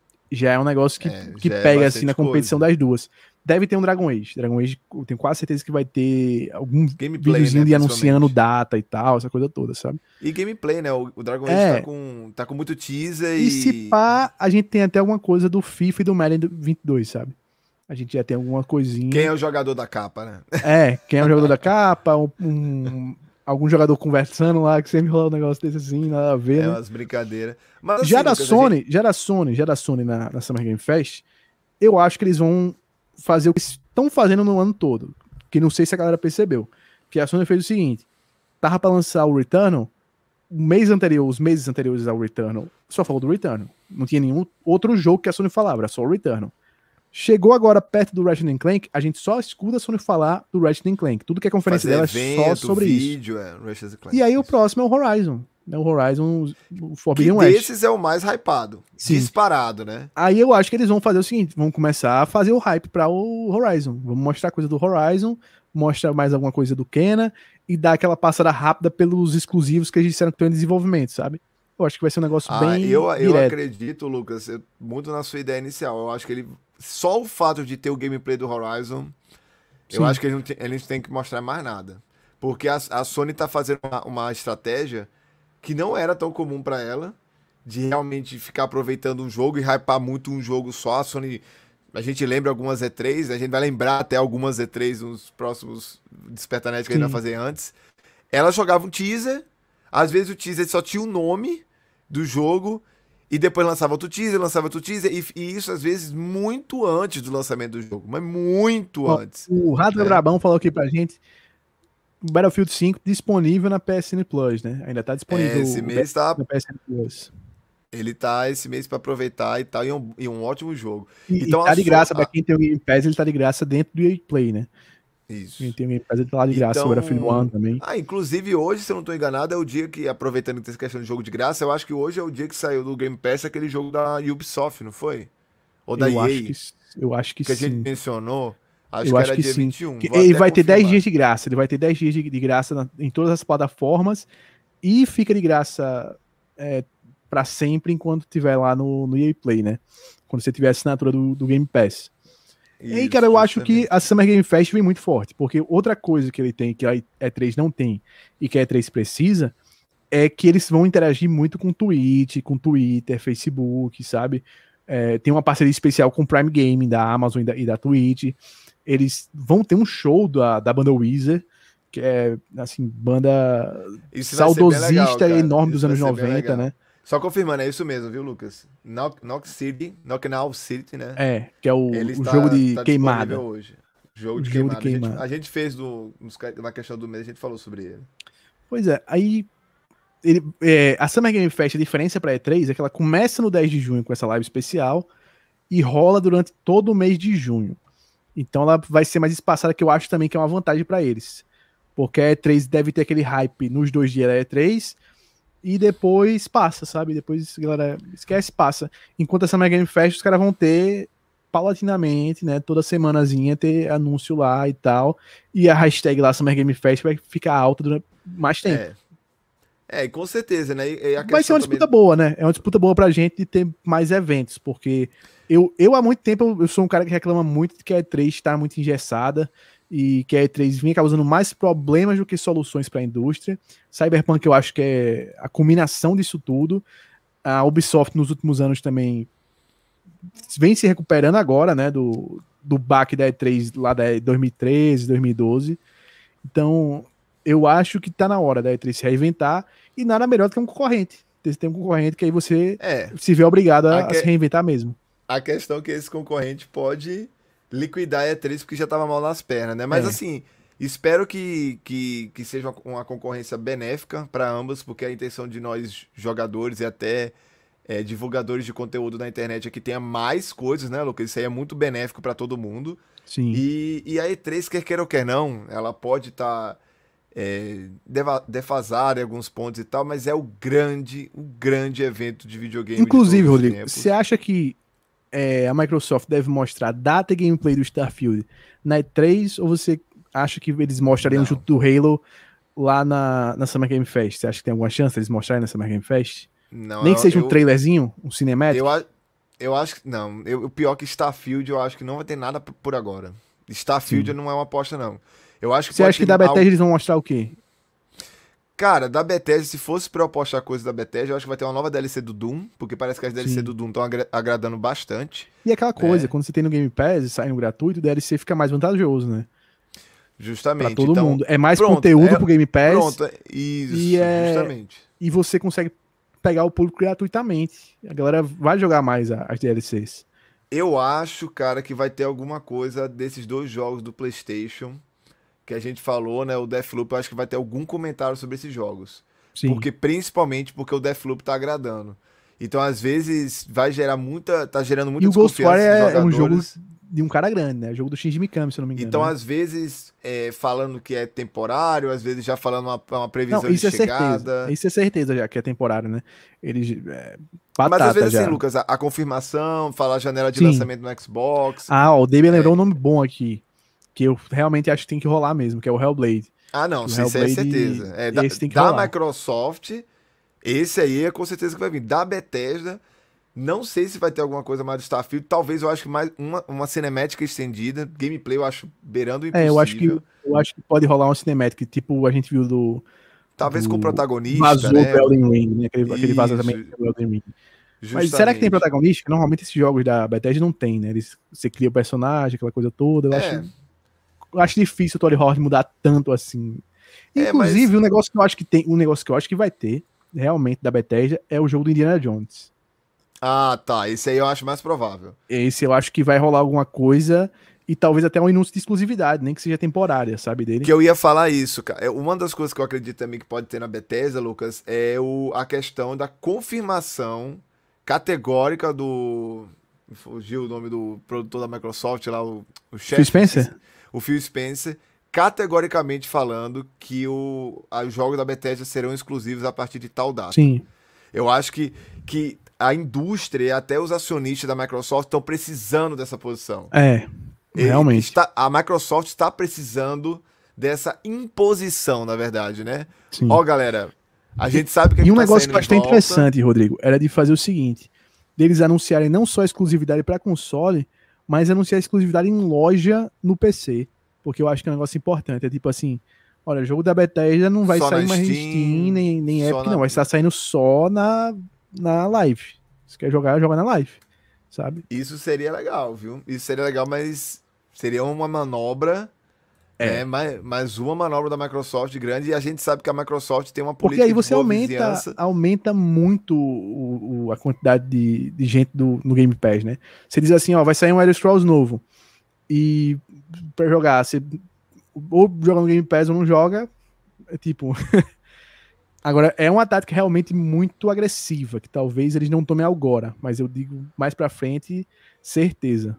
já é um negócio que, É, que já é pega bastante assim na competição coisa. das duas. Deve ter um Dragon Age. Dragon Age, eu tenho quase certeza que vai ter algum Gameplay, videozinho né, de anunciando principalmente. data e tal, essa coisa toda, sabe? E gameplay, né? O, o Dragon Age É. tá, com, tá com muito teaser E e... se pá, a gente tem até alguma coisa do FIFA e do Madden do vinte e dois, sabe? A gente já tem alguma coisinha. Quem é o jogador da capa, né? É, quem é o jogador da capa, um, um- algum jogador conversando lá, que sempre rola um negócio desse assim, nada a ver, É né? umas brincadeiras. Mas assim, Já da Lucas, a Sony, gente- já da Sony, já da Sony na, na Summer Game Fest, eu acho que eles vão fazer o que estão fazendo no ano todo, que não sei se a galera percebeu, que a Sony fez o seguinte, tava pra lançar o Returnal, o mês anterior, os meses anteriores ao Returnal, só falou do Returnal, não tinha nenhum outro jogo que a Sony falava, era só o Returnal. Chegou agora perto do Ratchet and Clank, a gente só escuta a Sony falar do Ratchet and Clank, tudo que é conferência fazer dela é só evento, sobre isso. vídeo, é, Ratchet and Clank. E aí o Isso. próximo é o Horizon, né? O Horizon, o Que Forbidden West. desses é o mais hypado. Sim. Disparado, né? Aí eu acho que eles vão fazer o seguinte, vão começar a fazer o hype para o Horizon. Vamos mostrar coisa do Horizon, mostrar mais alguma coisa do Kena e dar aquela passada rápida pelos exclusivos que eles disseram que estão em desenvolvimento, sabe? Eu acho que vai ser um negócio Ah, bem eu, eu direto. acredito, Lucas, eu- muito na sua ideia inicial. Eu acho que ele. Só o fato de ter o gameplay do Horizon, eu Sim. acho que eles não, tem, eles têm que mostrar mais nada. Porque a, a Sony tá fazendo uma, uma estratégia que não era tão comum pra ela, de realmente ficar aproveitando um jogo e hypar muito um jogo só. A Sony. A gente lembra algumas E três, a gente vai lembrar até algumas E três nos próximos Despertanet que a gente vai Sim. fazer antes. Ela jogava um teaser, às vezes o teaser só tinha o nome do jogo, e depois lançava outro teaser, lançava outro teaser, e, e isso às vezes muito antes do lançamento do jogo, mas muito Ó, antes. O Rato né? Brabão falou aqui pra gente, o Battlefield cinco disponível na P S N Plus, né? Ainda tá disponível É, esse o mês tá, na P S N Plus. ele tá esse mês pra aproveitar e tal, e é um, e um ótimo jogo. E, Então, e tá a de Sony- graça, pra a- quem tem o Game Pass, ele tá de graça dentro do E A Play, né? Isso. A gente tem o Game Pass lá de graça, Então, agora fim do ano também. ah, inclusive hoje, se eu não tô enganado, é o dia que, aproveitando que tem essa questão de jogo de graça, eu acho que hoje é o dia que saiu do Game Pass aquele jogo da Ubisoft, não foi? Ou da Eu acho E A, que, eu acho que que a gente sim. mencionou. Acho Eu que acho era que dia sim. vinte e um. Que Vou ele até vai ter dez confirmar. dias de graça. Ele vai ter dez dias de, de graça na- em todas as plataformas e fica de graça é, para sempre enquanto tiver lá no, no E A Play, né? Quando você tiver a assinatura do, do Game Pass. E aí, cara, Isso, eu acho que justamente. a Summer Game Fest vem muito forte, porque outra coisa que ele tem, que a E três não tem e que a E três precisa, é que eles vão interagir muito com Twitch, com Twitter, Facebook, sabe? É, tem uma parceria especial com o Prime Gaming da Amazon e da, e da Twitch. Eles vão ter um show da, da banda Weezer, que é, assim, banda Isso vai ser bem legal, saudosista cara. enorme dos Isso vai anos ser bem noventa, legal. né? Só confirmando, é isso mesmo, viu, Lucas? Knock, Knock City, Knocknow City, né? É, que é o, Ele o jogo está, de tá disponível queimada. hoje. Jogo O de jogo de queimada. A gente, queimada. a gente fez no, nos ca- na questão do mês, a gente falou sobre ele. Pois é, aí ele, é, a Summer Game Fest, a diferença pra E três é que ela começa no dez de junho com essa live especial e rola durante todo o mês de junho. Então ela vai ser mais espaçada, que eu acho também que é uma vantagem pra eles. Porque a E três deve ter aquele hype nos dois dias da E três e depois passa, sabe? Depois a galera esquece, passa. Enquanto a Summer Game Fest, os caras vão ter paulatinamente, né? Toda semanazinha ter anúncio lá e tal. E a hashtag lá Summer Game Fest vai ficar alta durante mais tempo. É. É, e com certeza, né? E, e a Vai ser questão uma disputa também. boa, né? É uma disputa boa pra gente de ter mais eventos, porque eu, eu há muito tempo eu, eu sou um cara que reclama muito de que a E três está muito engessada e que a E três vinha causando mais problemas do que soluções para a indústria. Cyberpunk eu acho que é a combinação disso tudo. A Ubisoft nos últimos anos também vem se recuperando agora, né, do, do baque da E três lá da dois mil e treze, dois mil e doze. Então, eu acho que tá na hora da E três se reinventar e nada melhor do que um concorrente. Você tem um concorrente que aí você É. se vê obrigado a, A, a se que- reinventar mesmo. a questão é que esse concorrente pode liquidar a E três porque já tava mal nas pernas, né? Mas É. assim, espero que, que, que seja uma, uma concorrência benéfica para ambas, porque a intenção de nós jogadores e até é, divulgadores de conteúdo na internet é que tenha mais coisas, né, Lucas? Isso aí é muito benéfico para todo mundo. Sim. E, e a E três, quer queira ou quer não, ela pode estar defasada em alguns pontos e tal, mas é o grande, o grande evento de videogame Inclusive, de todos os Rodrigo, tempos. você acha que é, a Microsoft deve mostrar data e gameplay do Starfield na E três ou você acha que eles mostrariam Não. junto do Halo lá na, na Summer Game Fest? Você acha que tem alguma chance deles mostrarem na Summer Game Fest? Não, Nem que eu- seja um eu- trailerzinho, um cinematic? Eu, a- eu acho que. Não, eu, o pior é que Starfield eu acho que não vai ter nada p- por agora. Starfield Sim. não é uma aposta, não. Eu acho que Você pode acha que ter da Bethesda algo- eles vão mostrar o quê? Cara, da Bethesda, se fosse pra eu apostar coisa da Bethesda, eu acho que vai ter uma nova D L C do Doom, porque parece que as D L C Sim. do Doom estão agradando bastante. E aquela coisa, É. quando você tem no Game Pass e sai no gratuito, o D L C fica mais vantajoso, né? Justamente. Pra todo então, mundo. É mais pronto, conteúdo é- pro Game Pass Pronto, é- isso, E é- justamente. e você consegue pegar o público gratuitamente. A galera vai jogar mais a- as D L Cs. Eu acho, cara, que vai ter alguma coisa desses dois jogos do PlayStation que a gente falou, né? O Deathloop, eu acho que vai ter algum comentário sobre esses jogos. Sim. Porque, principalmente porque o Deathloop tá agradando. Então, às vezes, vai gerar muita. Tá gerando muita E o desconfiança Ghostwire dos é, é um jogo jogadores. de um cara grande, né? Jogo do Shinji Mikami, se eu não me engano. Então, né? às vezes, é, falando que é temporário, às vezes já falando uma, uma previsão Não, isso de é chegada. certeza. Isso é certeza já que é temporário, né? Eles. É, Mas batata às vezes, já. assim, Lucas, a, a confirmação, falar a janela de Sim. lançamento no Xbox. Ah, ó, o Damian lembrou um nome bom aqui. Que eu realmente acho que tem que rolar mesmo, que é o Hellblade. Ah, não, O sim, isso aí é Hellblade, certeza. É, da esse tem que da rolar. Microsoft, esse aí é com certeza que vai vir. Da Bethesda, não sei se vai ter alguma coisa mais do Starfield. Talvez eu acho que mais uma, uma cinemática estendida. Gameplay eu acho beirando o impossível. É, eu acho que eu acho que pode rolar um cinematic, tipo a gente viu do. Talvez do com o protagonista, Vazou né? do Elden Ring, né? Aquele, aquele Isso, vazamento do Elden Ring. Mas justamente. será que tem protagonista? Que normalmente esses jogos da Bethesda não tem, né? Eles, você cria o personagem, aquela coisa toda. Eu, É. acho, eu acho difícil o Tony Hawk mudar tanto assim. É, Inclusive, mas- um negócio que eu acho que tem, um negócio que eu acho que vai ter, realmente, da Bethesda, é o jogo do Indiana Jones. Ah, tá. Esse aí eu acho mais provável. Esse eu acho que vai rolar alguma coisa e talvez até um anúncio de exclusividade, nem que seja temporária, sabe, dele. Que eu ia falar isso, cara. É, uma das coisas que eu acredito também que pode ter na Bethesda, Lucas, é o, a questão da confirmação categórica do. Fugiu o nome do produtor da Microsoft lá, o, o chefe. Phil Spencer? O Phil Spencer. categoricamente falando que o, os jogos da Bethesda serão exclusivos a partir de tal data. Sim. Eu acho que, que a indústria e até os acionistas da Microsoft estão precisando dessa posição. É, realmente. Está, a Microsoft está precisando dessa imposição, na verdade, né? Sim. Ó, galera, a gente sabe que... E que um tá negócio que eu saindo achei em volta. interessante, Rodrigo, era de fazer o seguinte, deles anunciarem não só a exclusividade para console, mas anunciar a exclusividade em loja no P C. Porque eu acho que é um negócio importante. É tipo assim, olha, o jogo da Bethesda não vai Só sair na mais Steam, em Steam, nem, nem só Epic, na- não. Vai estar saindo só na, na live. Se quer jogar, joga na live. Sabe? Isso seria legal, viu? Isso seria legal, mas seria uma manobra, É. né? Mais, mais uma manobra da Microsoft grande, e a gente sabe que a Microsoft tem uma Porque política aí você de boa aumenta, vizinhança. aumenta muito o, o- a quantidade de, de gente do, no Game Pass, né? Você diz assim, ó, vai sair um Elder Scrolls novo. E pra jogar, você ou joga no Game Pass ou não joga, é tipo... Agora, é uma tática realmente muito agressiva, que talvez eles não tomem agora, mas eu digo mais pra frente, certeza.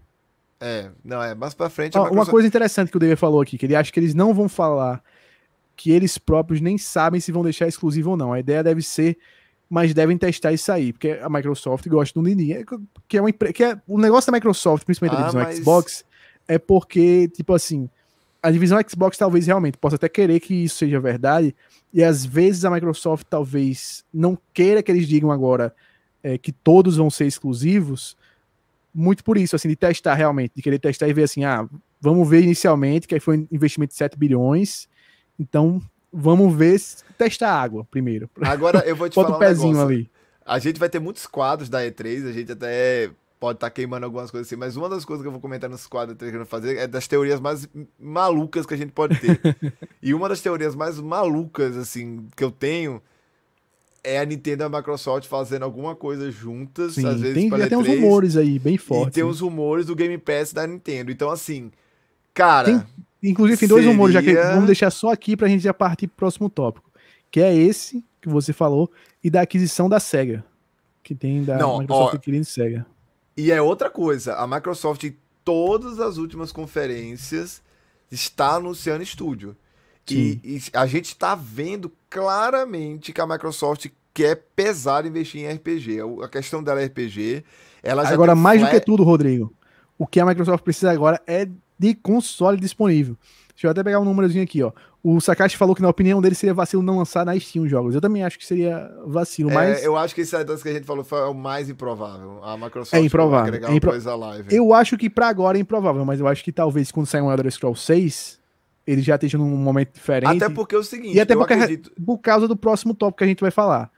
É, não, é, mais pra frente a Ó, uma Microsoft... coisa interessante que o David falou aqui, que ele acha que eles não vão falar que eles próprios nem sabem se vão deixar exclusivo ou não. A ideia deve ser, mas devem testar isso aí, porque a Microsoft gosta do Nini, que é uma empre... que é o negócio da Microsoft, principalmente a Ah, divisão mas- Xbox, é porque, tipo assim, a divisão Xbox talvez realmente possa até querer que isso seja verdade, e às vezes a Microsoft talvez não queira que eles digam agora é, que todos vão ser exclusivos, muito por isso, assim, de testar realmente, de querer testar e ver assim, ah, vamos ver inicialmente, que aí foi um investimento de sete bilhões, então vamos ver, se- testar a água primeiro. Agora eu vou te Bota falar o um pezinho negócio. ali. A gente vai ter muitos quadros da E três, a gente até pode estar queimando algumas coisas assim, mas uma das coisas que eu vou comentar nos quadros da E três que eu vou fazer é das teorias mais malucas que a gente pode ter. E uma das teorias mais malucas, assim, que eu tenho é a Nintendo e a Microsoft fazendo alguma coisa juntas, Sim, às vezes tem, para já E tem uns três, rumores aí, bem e fortes. tem né? os rumores do Game Pass da Nintendo. Então, assim, cara, Tem- Inclusive tem dois seria- rumores, já que vamos deixar só aqui pra gente já partir pro próximo tópico, que é esse que você falou, e da aquisição da SEGA, que tem da Não, Microsoft ó, adquirindo SEGA. e é outra coisa, a Microsoft em todas as últimas conferências está anunciando estúdio. E, e a gente está vendo claramente que a Microsoft quer pesar e investir em R P G. A questão dela é R P G. Ela já Agora, tem um mais do fla- que tudo, Rodrigo, o que a Microsoft precisa agora é de console disponível. Deixa eu até pegar um númerozinho aqui, ó. O Sakashi falou que, na opinião dele, seria vacilo não lançar na Steam os jogos. Eu também acho que seria vacilo, É, mas eu acho que esse das que a gente falou foi o mais improvável. A Microsoft É improvável, agregar é impro- uma coisa live. eu acho que pra agora é improvável, mas eu acho que talvez quando sair um Elder Scrolls seis, ele já esteja num momento diferente. Até porque é o seguinte, E até eu porque- acredito... Por causa do próximo tópico que a gente vai falar.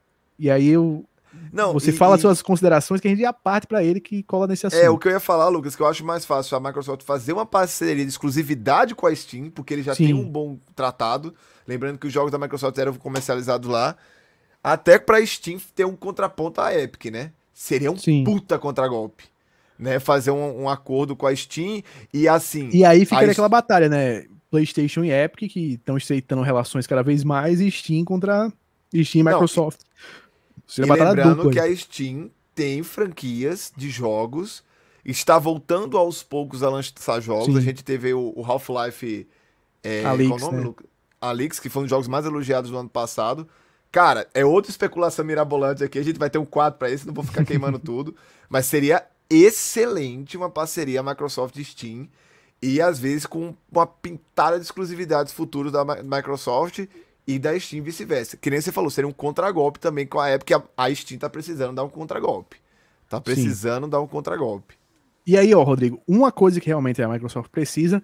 E aí eu, Não, você e- fala e- suas considerações que a gente já parte pra ele que cola nesse assunto. É, o que eu ia falar, Lucas, que eu acho mais fácil a Microsoft fazer uma parceria de exclusividade com a Steam, porque ele já Sim. tem um bom tratado. Lembrando que os jogos da Microsoft eram comercializados lá. Até pra Steam ter um contraponto à Epic, né? Seria um Sim. puta contragolpe. Né? Fazer um, um acordo com a Steam e assim... E aí fica a aquela batalha, né? PlayStation e Epic, que estão estreitando relações cada vez mais, e Steam contra Steam e Não, Microsoft. Seria E batalha lembrando dupla. que aí. a Steam tem franquias de jogos, está voltando aos poucos a lançar jogos. Sim. A gente teve o, o Half-Life é, Alyx, qual o nome, né? Lucas? Alyx, que foi um dos jogos mais elogiados do ano passado. Cara, é outra especulação mirabolante aqui. A gente vai ter um quadro para isso, não vou ficar queimando tudo. Mas seria excelente uma parceria Microsoft e Steam. E às vezes com uma pintada de exclusividades futuras da Mi- Microsoft e da Steam vice-versa. Que nem você falou, seria um contragolpe também com a Epic. A, a Steam tá precisando dar um contragolpe. Tá precisando dar um contragolpe. E aí, ó, Rodrigo, uma coisa que realmente a Microsoft precisa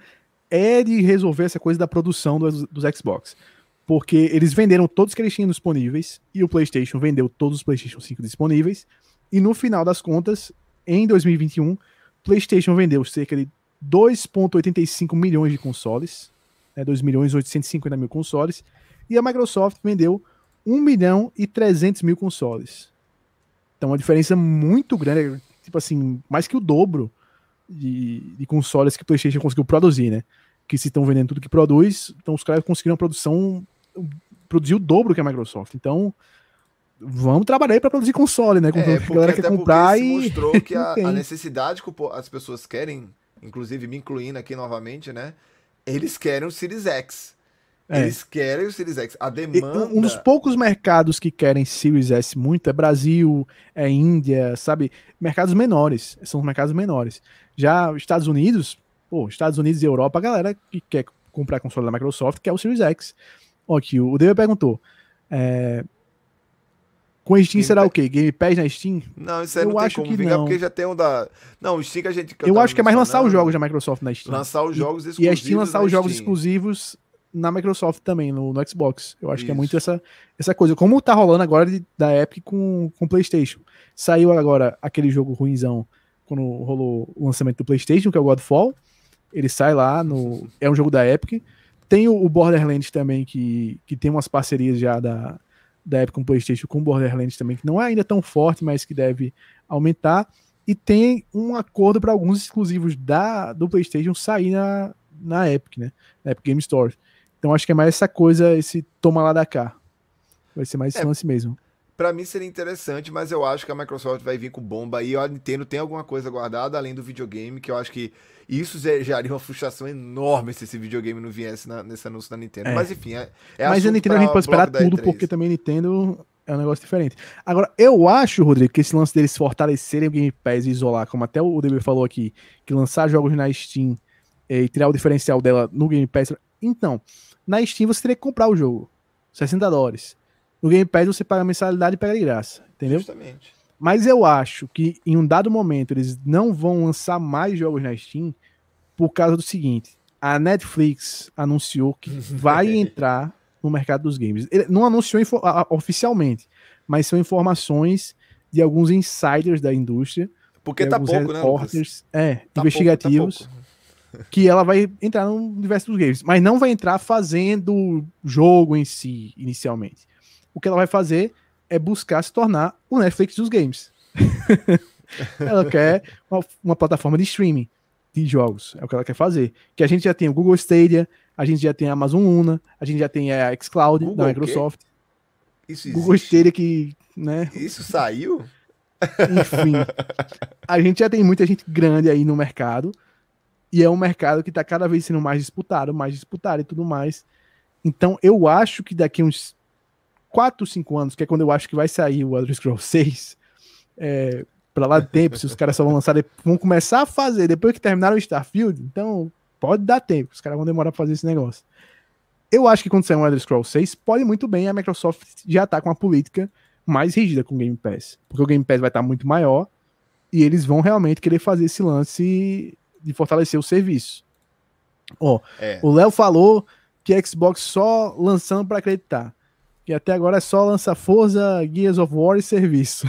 é de resolver essa coisa da produção dos, dos Xbox. Porque eles venderam todos que eles tinham disponíveis e o PlayStation vendeu todos os PlayStation cinco disponíveis. E no final das contas, em dois mil e vinte e um, PlayStation vendeu cerca de dois vírgula oitenta e cinco milhões de consoles, né, dois milhões e oitocentos e cinquenta mil consoles, e a Microsoft vendeu um milhão e trezentos mil consoles. Então, uma diferença muito grande, tipo assim, mais que o dobro de, de consoles que o PlayStation conseguiu produzir, né? Que se estão vendendo tudo que produz, então os caras conseguiram uma produção, produzir o dobro que a Microsoft. Então, vamos trabalhar aí para produzir console, né? Com É, a porque galera até quer comprar porque se e mostrou que a, não tem. a necessidade que o po- as pessoas querem, inclusive me incluindo aqui novamente, né? Eles querem o Series X. É. Eles querem o Series X. A demanda... Um dos poucos mercados que querem Series S muito é Brasil, é Índia, sabe? Mercados menores. São mercados menores. Já os Estados Unidos, pô, Estados Unidos e Europa, a galera que quer comprar console da Microsoft quer o Series X. Ó, aqui, o David perguntou. É... Com a Steam Game será Pass. o quê? Game Pass na Steam? Não, isso aí Eu não tem acho como que vingar, não. porque já tem um da... Não, o Steam que a gente... que Eu tava acho que é mais lançar os mencionando, jogos da Microsoft na Steam. Lançar os jogos E exclusivos a Steam lançar na os jogos Steam. exclusivos na Microsoft também, no, no Xbox. Eu acho que é Isso. muito essa, essa coisa. Como tá rolando agora de, da Epic com o PlayStation. Saiu agora aquele jogo ruinzão quando rolou o lançamento do PlayStation, que é o Godfall. Ele sai lá, no, é um jogo da Epic. Tem o, o Borderlands também, que, que tem umas parcerias já da, da Epic com o PlayStation, com o Borderlands também, que não é ainda tão forte, mas que deve aumentar. E tem um acordo para alguns exclusivos da, do PlayStation sair na, na Epic, né? Na Epic Game Store. Então acho que é mais essa coisa, esse toma lá da cá. Vai ser mais esse É. lance mesmo. Pra mim seria interessante, mas eu acho que a Microsoft vai vir com bomba aí. A Nintendo tem alguma coisa guardada além do videogame, que eu acho que isso já- geraria uma frustração enorme se esse videogame não viesse na- nesse anúncio da Nintendo. É. Mas enfim, é, é Mas a assunto Nintendo a pra gente pode esperar bloco da tudo, E três. porque também a Nintendo é um negócio diferente. Agora, eu acho, Rodrigo, que esse lance deles fortalecerem o Game Pass e isolar, como até o D B falou aqui, que lançar jogos na Steam eh, e tirar o diferencial dela no Game Pass. Então, na Steam você teria que comprar o jogo. sessenta dólares. No Game Pass você paga a mensalidade e pega de graça. Entendeu? Justamente. Mas eu acho que em um dado momento eles não vão lançar mais jogos na Steam por causa do seguinte: a Netflix anunciou que vai entrar no mercado dos games. Ele não anunciou info- a- a- oficialmente, mas são informações de alguns insiders da indústria, Porque de tá alguns pouco, né, Lucas? repórteres, é, Tá investigativos, pouco, tá pouco. que ela vai entrar no universo dos games, mas não vai entrar fazendo o jogo em si, inicialmente. O que ela vai fazer é buscar se tornar o Netflix dos games. Ela quer uma, uma plataforma de streaming de jogos, é o que ela quer fazer. Que a gente já tem o Google Stadia, a gente já tem a Amazon Luna, a gente já tem a xCloud Google da o Microsoft. Isso Google existe? Stadia que, né, Isso saiu? enfim. A gente já tem muita gente grande aí no mercado, e é um mercado que está cada vez sendo mais disputado, mais disputado e tudo mais. Então eu acho que daqui uns quatro, cinco anos, que é quando eu acho que vai sair o Elder Scrolls seis, é, pra lá de tempo, se os caras só vão lançar, vão começar a fazer depois que terminaram o Starfield, então pode dar tempo, os caras vão demorar pra fazer esse negócio. Eu acho que quando sair o Elder Scrolls seis, pode muito bem a Microsoft já tá com uma política mais rígida com o Game Pass, porque o Game Pass vai estar muito maior e eles vão realmente querer fazer esse lance de fortalecer o serviço. Ó, É. o Léo falou que a Xbox só lançando pra acreditar. E até agora é só lança Forza, Gears of War e serviço.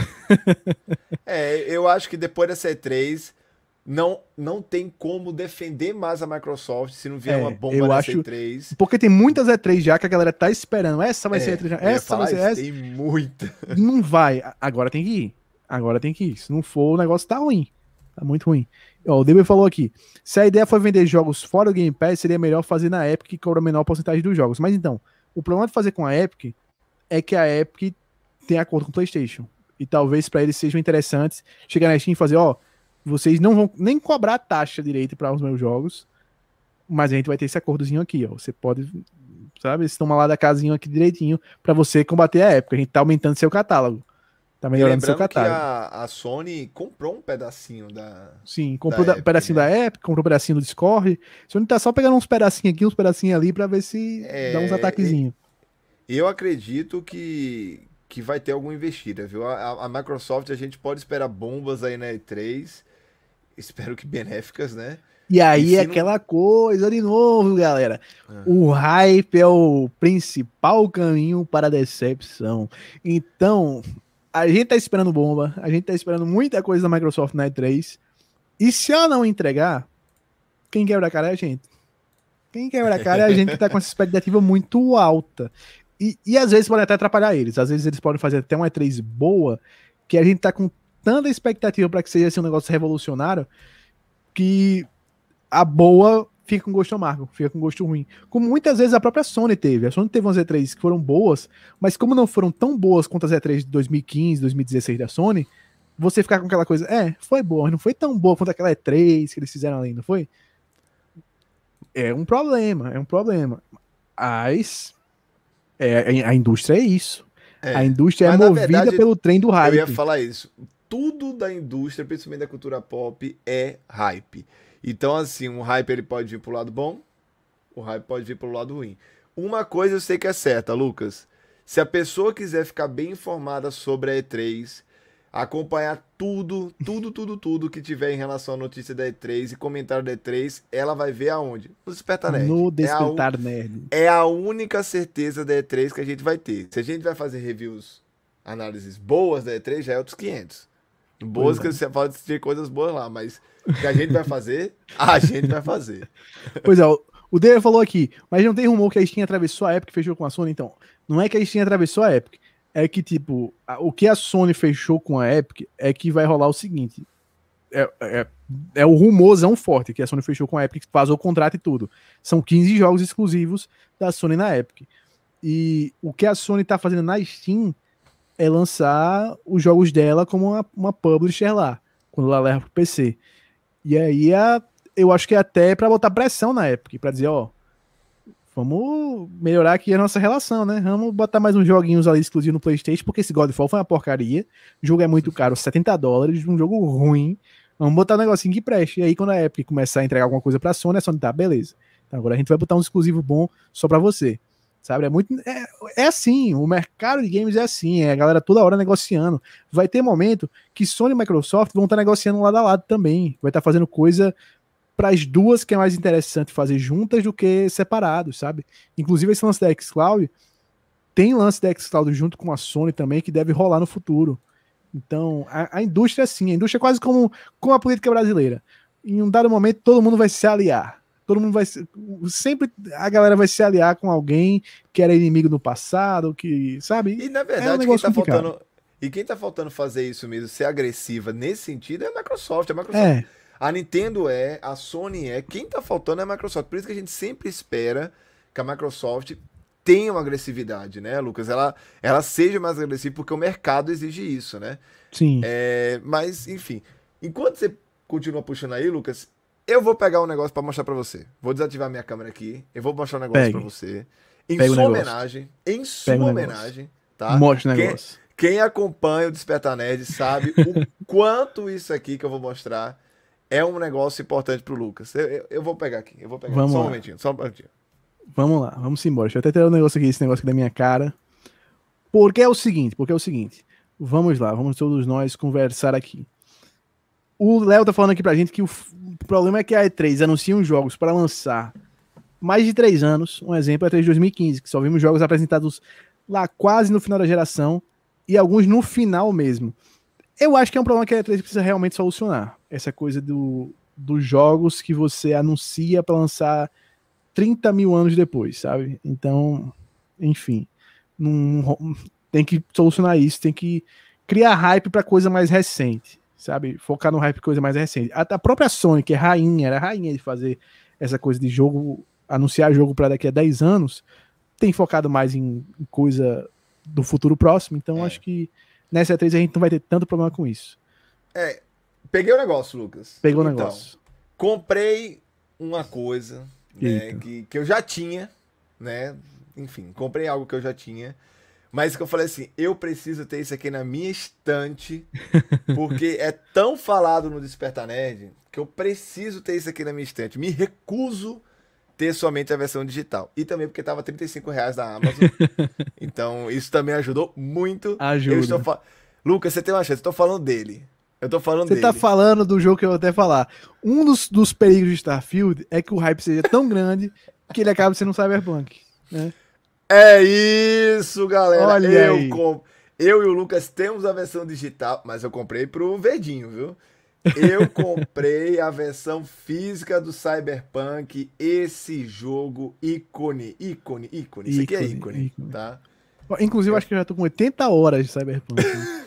É, eu acho que depois dessa E três não, não tem como defender mais a Microsoft se não vier É, uma bomba eu nessa acho- E três. Porque tem muitas E três já que a galera tá esperando. Essa vai ser a E três já. É, eu ia Essa falar vai ser isso, essa. tem muita. Não vai. A- Agora tem que ir. Agora tem que ir. Se não for, o negócio tá ruim. Tá muito ruim. Ó, o D B falou aqui. Se a ideia for vender jogos fora do Game Pass, seria melhor fazer na Epic, que cobra a menor porcentagem dos jogos. Mas então, o problema de fazer com a Epic é que a Epic tem acordo com o PlayStation. E talvez para eles sejam interessantes chegar na Steam e fazer, ó, vocês não vão nem cobrar taxa direito para os meus jogos, mas a gente vai ter esse acordozinho aqui, ó. Você pode, sabe, eles tomam lá da casinha aqui direitinho para você combater a Epic. A gente tá aumentando seu catálogo. Tá E melhorando seu lembrando que catálogo. a, a Sony comprou um pedacinho da... Sim, comprou da da, Epic, pedacinho né? da Epic, comprou um pedacinho do Discord. Só não tá só pegando uns pedacinhos aqui, uns pedacinhos ali pra ver se É, dá uns ataquezinhos. Eu acredito que, que vai ter alguma investida, viu? A, a- a Microsoft, a gente pode esperar bombas aí na E três. Espero que benéficas, né? E aí E é se não- aquela coisa de novo, galera. Ah. O hype é o principal caminho para a decepção. Então, a gente tá esperando bomba, a gente tá esperando muita coisa da Microsoft na E três. E se ela não entregar, quem quebra a cara é a gente. Quem quebra a cara é a gente que tá com essa expectativa muito alta. E, e às vezes pode até atrapalhar eles. Às vezes eles podem fazer até uma E três boa, que a gente tá com tanta expectativa para que seja assim, um negócio revolucionário, que a boa fica com gosto amargo, fica com gosto ruim. Como muitas vezes a própria Sony teve. A Sony teve umas E três que foram boas, mas como não foram tão boas quanto as E três de dois mil e quinze, dois mil e dezesseis da Sony, você ficar com aquela coisa, é, foi boa, mas não foi tão boa quanto aquela E três que eles fizeram ali, não foi? é um problema, é um problema. Mas é, a indústria é isso. É, a indústria é mas, na movida verdade, pelo trem do hype. Eu ia falar isso. Tudo da indústria, principalmente da cultura pop, é hype. Então, assim, um hype ele pode vir pro lado bom, o hype pode vir pro lado ruim. Uma coisa eu sei que é certa, Lucas. Se a pessoa quiser ficar bem informada sobre a E três, acompanhar tudo, tudo, tudo, tudo que tiver em relação à notícia da E três e comentário da E três, ela vai ver aonde? No Despertar Nerd. No É a, Despertar u- Nerd. é a única certeza da E três que a gente vai ter. Se a gente vai fazer reviews, análises boas da E três, já é outros quinhentos. Boas Pois que você pode ter coisas boas lá, mas que a gente vai fazer, a gente vai fazer. Pois é, o, o Dave falou aqui, mas não tem rumor que a Steam atravessou a Epic e fechou com a Sony? Então, não é que a Steam atravessou a Epic, é que, tipo, a- o que a Sony fechou com a Epic é que vai rolar o seguinte, é, é, é o rumorzão forte que a Sony fechou com a Epic, vazou o contrato e tudo. São quinze jogos exclusivos da Sony na Epic. E o que a Sony tá fazendo na Steam é lançar os jogos dela como uma, uma publisher lá, quando ela leva pro P C. E aí a, eu acho que é até pra botar pressão na Epic, pra dizer, ó, vamos melhorar aqui a nossa relação, né? Vamos botar mais uns joguinhos ali exclusivos no PlayStation, porque esse Godfall foi uma porcaria, o jogo é muito caro, setenta dólares, um jogo ruim, vamos botar um negocinho que preste. E aí quando a Epic começar a entregar alguma coisa pra Sony, a Sony tá, beleza. Então agora a gente vai botar um exclusivo bom só pra você. Sabe, é muito. É, é assim, o mercado de games é assim, é a galera toda hora negociando. Vai ter momento que Sony e Microsoft vão estar negociando lado a lado também. Vai estar fazendo coisa para as duas que é mais interessante fazer juntas do que separados, sabe? Inclusive esse lance da xCloud, tem lance da xCloud junto com a Sony também que deve rolar no futuro. Então, a, a indústria é assim, a indústria é quase como, como a política brasileira. Em um dado momento, todo mundo vai se aliar. Todo mundo vai se, sempre a galera vai se aliar com alguém que era inimigo no passado, que, sabe? E na É um verdade, quem negócio tá complicado. faltando. E quem tá faltando fazer isso mesmo, ser agressiva nesse sentido, é a Microsoft. A Microsoft. É, A Nintendo é, a Sony é. Quem tá faltando é a Microsoft. Por isso que a gente sempre espera que a Microsoft tenha uma agressividade, né, Lucas? Ela, ela seja mais agressiva, porque o mercado exige isso, né? sim. É, mas, enfim. Enquanto você continua puxando aí, Lucas, eu vou pegar um negócio pra mostrar pra você. Vou desativar minha câmera aqui. Eu vou mostrar um negócio Pegue. pra você. Em Pega o sua negócio. homenagem. Em sua Pega o negócio. homenagem, tá? Mostra o Quem- negócio. Quem acompanha o Despertar Nerd sabe o quanto isso aqui que eu vou mostrar é um negócio importante pro Lucas. Eu, eu- eu vou pegar aqui. Eu vou pegar Vamos só um lá. momentinho, só um momentinho. Vamos lá, vamos embora. Deixa eu até tirar o negócio aqui, esse negócio aqui da minha cara. Porque é o seguinte, porque é o seguinte. Vamos lá, vamos todos nós conversar aqui. O Léo tá falando aqui pra gente que o, f- o problema é que a E três anuncia uns jogos para lançar mais de três anos. Um exemplo é a E três de dois mil e quinze, que só vimos jogos apresentados lá quase no final da geração e alguns no final mesmo. Eu acho que é um problema que a E três precisa realmente solucionar. Essa coisa do, dos jogos que você anuncia para lançar trinta mil anos depois, sabe? Então, enfim, não, ro- tem que solucionar isso, tem que criar hype para coisa mais recente, sabe? Focar no hype coisa mais recente. A, a própria Sony, que é rainha, era rainha de fazer essa coisa de jogo, anunciar jogo para daqui a dez anos, tem focado mais em, em coisa do futuro próximo, então É. acho que nessa E três a gente não vai ter tanto problema com isso. É, peguei o negócio, Lucas. Pegou o Então, negócio. comprei uma coisa, né, Eita. que, que eu já tinha, né? Enfim, comprei algo que eu já tinha. Mas que eu falei assim, eu preciso ter isso aqui na minha estante, porque é tão falado no Despertar Nerd que eu preciso ter isso aqui na minha estante. Me recuso ter somente a versão digital. E também porque tava trinta e cinco reais da Amazon. Então, isso também ajudou muito. Ajuda. Eu estou fa... Lucas, você tem uma chance, eu tô falando dele. Eu tô falando Você dele. tá falando do jogo que eu vou até falar. Um dos, dos perigos de Starfield é que o hype seja tão grande que ele acaba sendo um Cyberpunk, né? É isso, galera. Olha eu, aí. com... eu e o Lucas temos a versão digital, mas eu comprei pro verdinho, viu? Eu comprei a versão física do Cyberpunk, esse jogo ícone, ícone, ícone. Isso aqui é Ícone, ícone, ícone. tá? Inclusive, eu acho que eu já tô com oitenta horas de Cyberpunk. né?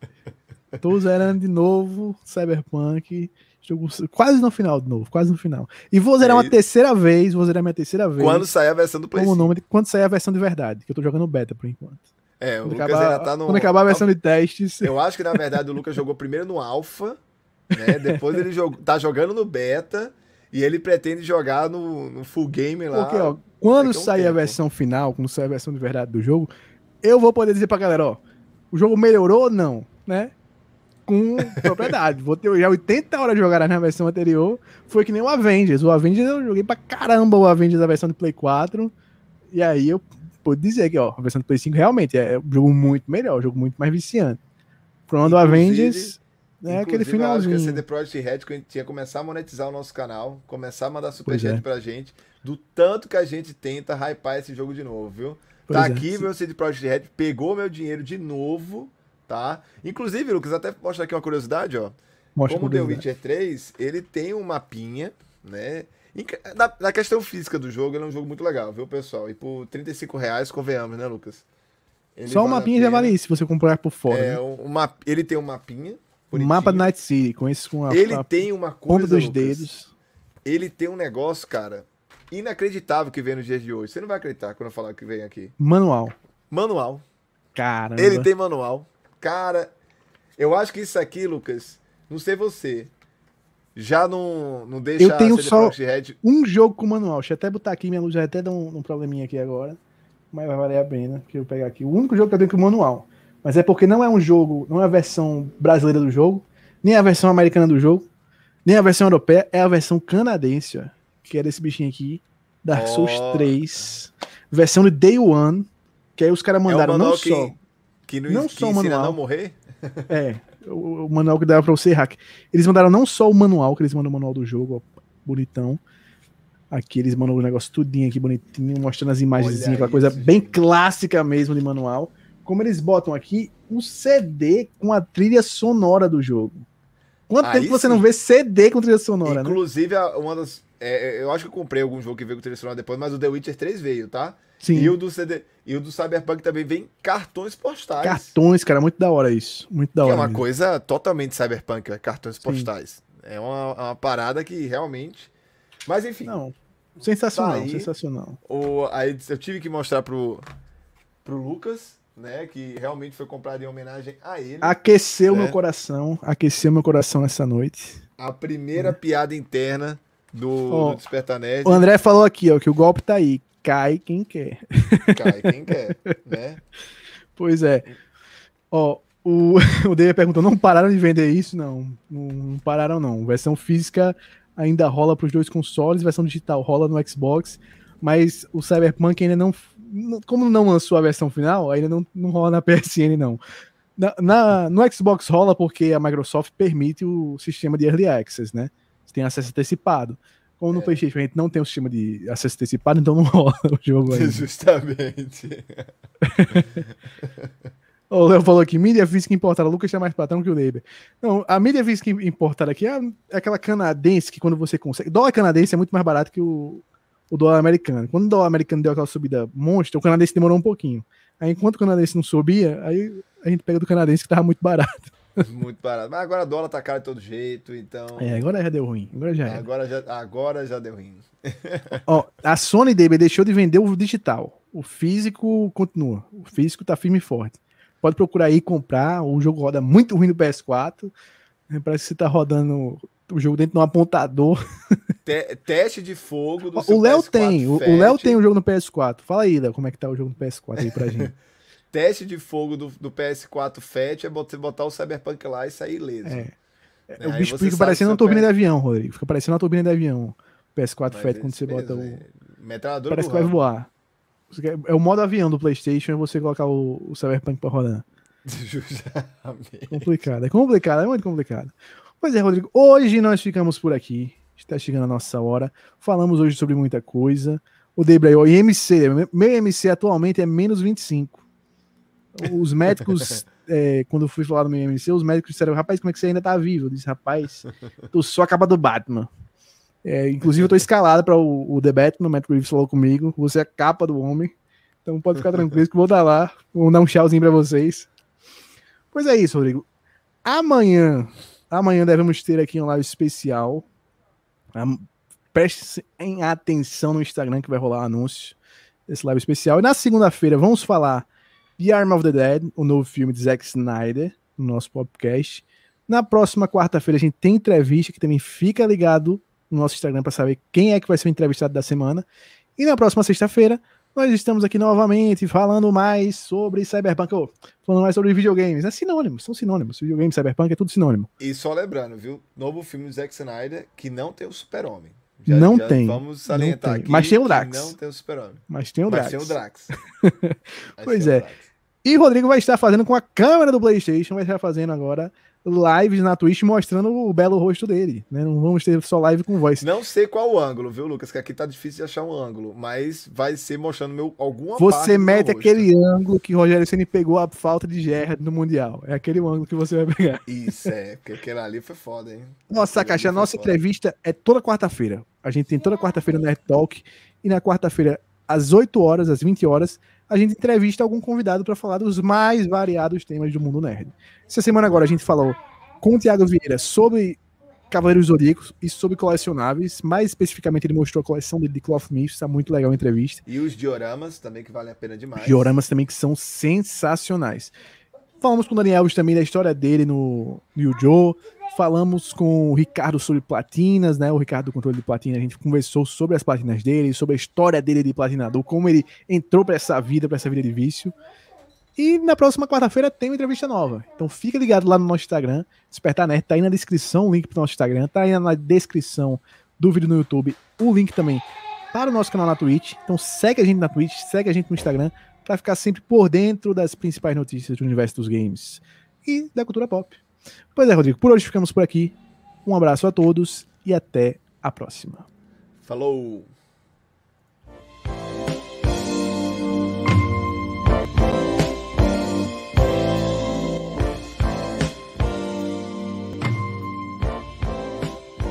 Tô zerando de novo Cyberpunk. Jogo quase no final de novo, quase no final. E vou zerar É uma isso. terceira vez, vou zerar minha terceira vez. Quando sair a versão do Play como o cinco. nome de, quando sair a versão de verdade, que eu tô jogando beta por enquanto. É, o Quando Lucas acabar, ainda tá no... quando acabar a versão de testes. Eu acho que, na verdade, o Lucas jogou primeiro no Alpha, né? Depois ele jogou... tá jogando no Beta. E ele pretende jogar no, no full game lá. Porque, ó, quando um sair tempo. a versão final, quando sair a versão de verdade do jogo, eu vou poder dizer pra galera, ó, o jogo melhorou ou não, né? Com propriedade. Vou ter já oitenta horas jogadas na versão anterior. Foi que nem o Avengers. O Avengers eu joguei pra caramba o Avengers da versão de Play quatro. E aí eu pude dizer que, ó, a versão de Play cinco realmente é um jogo muito melhor, um jogo muito mais viciante. O problema do Avengers é aquele finalzinho. Eu acho que a C D Projekt Red que a gente tinha que começar a monetizar o nosso canal, começar a mandar superchat é. pra gente, do tanto que a gente tenta hypar esse jogo de novo, viu? Pois tá é. aqui, meu C D Projekt Red pegou meu dinheiro de novo, tá? Inclusive, Lucas, até mostrar aqui uma curiosidade, ó. Mostra Como o The Witcher três, ele tem um mapinha, né? Na, na questão física do jogo, ele é um jogo muito legal, viu, pessoal? E por trinta e cinco reais, convenhamos, né, Lucas? Ele Só o vale a mapinha já pena. vale isso, se você comprar por fora. É, né? um, uma, ele tem um mapinha. O mapa de Night City, com esse com a, Ele a tem uma ponta coisa, dos Lucas, dedos. ele tem um negócio, cara, inacreditável que vem nos dias de hoje. Você não vai acreditar quando eu falar que vem aqui. Manual. Manual. Caramba. Ele tem manual. Cara, eu acho que isso aqui, Lucas, não sei você, já não, não deixa Eu tenho a C D só Projekt Red... um jogo com manual. Deixa eu até botar aqui, minha luz vai até dar um, um probleminha aqui agora. Mas vai valer a pena que eu pegar aqui. O único jogo que eu tenho com manual. Mas é porque não é um jogo, não é a versão brasileira do jogo, nem a versão americana do jogo, nem a versão europeia, é a versão canadense, ó, que é desse bichinho aqui, Dark Souls Oh. três, versão de Day One, que aí os caras mandaram é o não manual só... que, que, não, não que só o ensina a manual. não morrer? É, o, o manual que dava pra você hack. Eles mandaram não só o manual, que eles mandam o manual do jogo, ó, bonitão. Aqui eles mandam o negócio tudinho aqui, bonitinho, mostrando as imagens, Olha aquela coisa isso, bem gente. clássica mesmo de manual. Como eles botam aqui o C D com a trilha sonora do jogo. Quanto Aí tempo você sim. não vê C D com trilha sonora, né? Inclusive, a- uma das... é, eu acho que eu comprei algum jogo que veio com trilha sonora depois, mas o The Witcher três veio, tá? Sim. E o do C D, e o do Cyberpunk também vem cartões postais. Cartões, cara, muito da hora isso. Muito da Que é hora. uma mesmo. coisa totalmente Cyberpunk, é, cartões Sim. postais. É uma, uma parada que realmente... Mas enfim, Não, sensacional, Tá aí. sensacional. o, aí eu tive que mostrar pro, pro Lucas, né, que realmente foi comprado em homenagem a ele. Aqueceu É. meu coração, aqueceu meu coração nessa noite. A primeira piada interna do, Ó, do Desperta Nerd. O André falou aqui, ó, que o golpe tá aí. Cai quem quer. Cai quem quer, né? Pois é. Ó, o, o David perguntou, não pararam de vender isso? Não, não, não pararam não. Versão física ainda rola para os dois consoles, versão digital rola no Xbox, mas o Cyberpunk ainda não, não- como não lançou a versão final, ainda não, não rola na P S N não. Na, na- no Xbox rola porque a Microsoft permite o sistema de Early Access, né? Você tem acesso antecipado. Como no É. PlayStation a gente não tem o sistema de acesso antecipado, então não rola o jogo ainda. Justamente. O Léo falou aqui, mídia física importada, o Lucas é mais patrão que o Leiber. Não, a mídia física importada aqui é aquela canadense que quando você consegue... Dólar canadense é muito mais barato que o, o dólar americano. Quando o dólar americano deu aquela subida monstra, o canadense demorou um pouquinho. Aí enquanto o canadense não subia, aí a gente pega do canadense que tava muito barato. Muito barato. Mas agora o dólar tá caro de todo jeito, então... É, agora já deu ruim, agora já é. Agora já, agora já deu ruim. Ó, a Sony, David, deixou de vender o digital. O físico continua. O físico tá firme e forte. Pode procurar aí comprar. O jogo roda muito ruim no P S quatro. Parece que você tá rodando o jogo dentro de um apontador. Te- teste de fogo do Ó, seu o Léo P S quatro tem. O, o Fat. Léo tem o jogo no P S quatro. Fala aí, Léo, como é que tá o jogo no P S quatro aí pra gente. Teste de fogo do, do P S quatro Fat é você botar o Cyberpunk lá e sair ileso. É. Né? O Aí bicho você fica sabe parecendo que uma seu turbina P S de avião, Rodrigo. Fica parecendo uma turbina de avião. O P S quatro Mas Fat, é quando você isso bota mesmo, o. é. Metralhadora Parece do que vai ramo. voar. É o modo avião do PlayStation é você colocar o, o Cyberpunk pra rodar. Justamente. Complicado, é complicado, é muito complicado. Pois é, Rodrigo, hoje nós ficamos por aqui. Está chegando a nossa hora. Falamos hoje sobre muita coisa. O Debray, o I M C, meu I M C atualmente é menos vinte e cinco. Os médicos, é, quando eu fui falar do meu I M C, os médicos disseram, rapaz, como é que você ainda tá vivo? Eu disse, rapaz, tô só a capa do Batman. É, inclusive eu tô escalado para o, o The Batman, o Matt Reeves falou comigo, você é a capa do homem. Então pode ficar tranquilo que eu vou estar lá, vou dar um tchauzinho para vocês. Pois é isso, Rodrigo. Amanhã, amanhã devemos ter aqui um live especial. Preste em atenção no Instagram que vai rolar anúncio desse live especial. E na segunda-feira vamos falar de Arm of the Dead, o novo filme de Zack Snyder, no nosso podcast. Na próxima quarta-feira a gente tem entrevista, que também fica ligado no nosso Instagram para saber quem é que vai ser o entrevistado da semana. E na próxima sexta-feira, nós estamos aqui novamente falando mais sobre Cyberpunk, oh, falando mais sobre videogames. É sinônimo, são sinônimos. Videogame, Cyberpunk é tudo sinônimo. E só lembrando, viu? Novo filme do Zack Snyder que não tem o Super-Homem. Já, não já tem. Vamos salientar tem. aqui. Mas tem o Drax. Não tem o Super-Homem. Mas tem o Mas Drax. tem o Drax. Pois é. Drax. E Rodrigo vai estar fazendo com a câmera do PlayStation, vai estar fazendo agora lives na Twitch mostrando o belo rosto dele, né? Não vamos ter só live com voz. Não sei qual o ângulo, viu, Lucas? Que aqui tá difícil de achar um ângulo, mas vai ser mostrando meu, alguma você parte do mete meu aquele ângulo que o Rogério Ceni pegou a falta de Gerrard no Mundial. É aquele ângulo que você vai pegar. Isso, é. Porque aquele ali foi foda, hein? Nossa, Caixa, a nossa entrevista é toda quarta-feira. A gente tem toda quarta-feira no Nerd Talk. E na quarta-feira, às oito horas, às vinte horas, a gente entrevista algum convidado para falar dos mais variados temas do mundo nerd. Essa semana agora a gente falou com o Thiago Vieira sobre Cavaleiros Zodíacos e sobre colecionáveis. Mais especificamente, ele mostrou a coleção dele de Cloth Myths, tá muito legal a entrevista. E os dioramas também, que valem a pena demais. Dioramas também, que são sensacionais. Falamos com o Daniel Alves também da história dele no, no Yu-Gi-Oh! Falamos com o Ricardo sobre platinas, né? O Ricardo do Controle de Platina, a gente conversou sobre as platinas dele, sobre a história dele de platinador, como ele entrou para essa vida, para essa vida de vício. E na próxima quarta-feira tem uma entrevista nova. Então fica ligado lá no nosso Instagram, Despertar Nerd, tá aí na descrição o link pro nosso Instagram, tá aí na descrição do vídeo no YouTube, o link também para o nosso canal na Twitch. Então segue a gente na Twitch, segue a gente no Instagram, para ficar sempre por dentro das principais notícias do universo dos games e da cultura pop. Pois é, Rodrigo, por hoje ficamos por aqui. Um abraço a todos e até a próxima. Falou!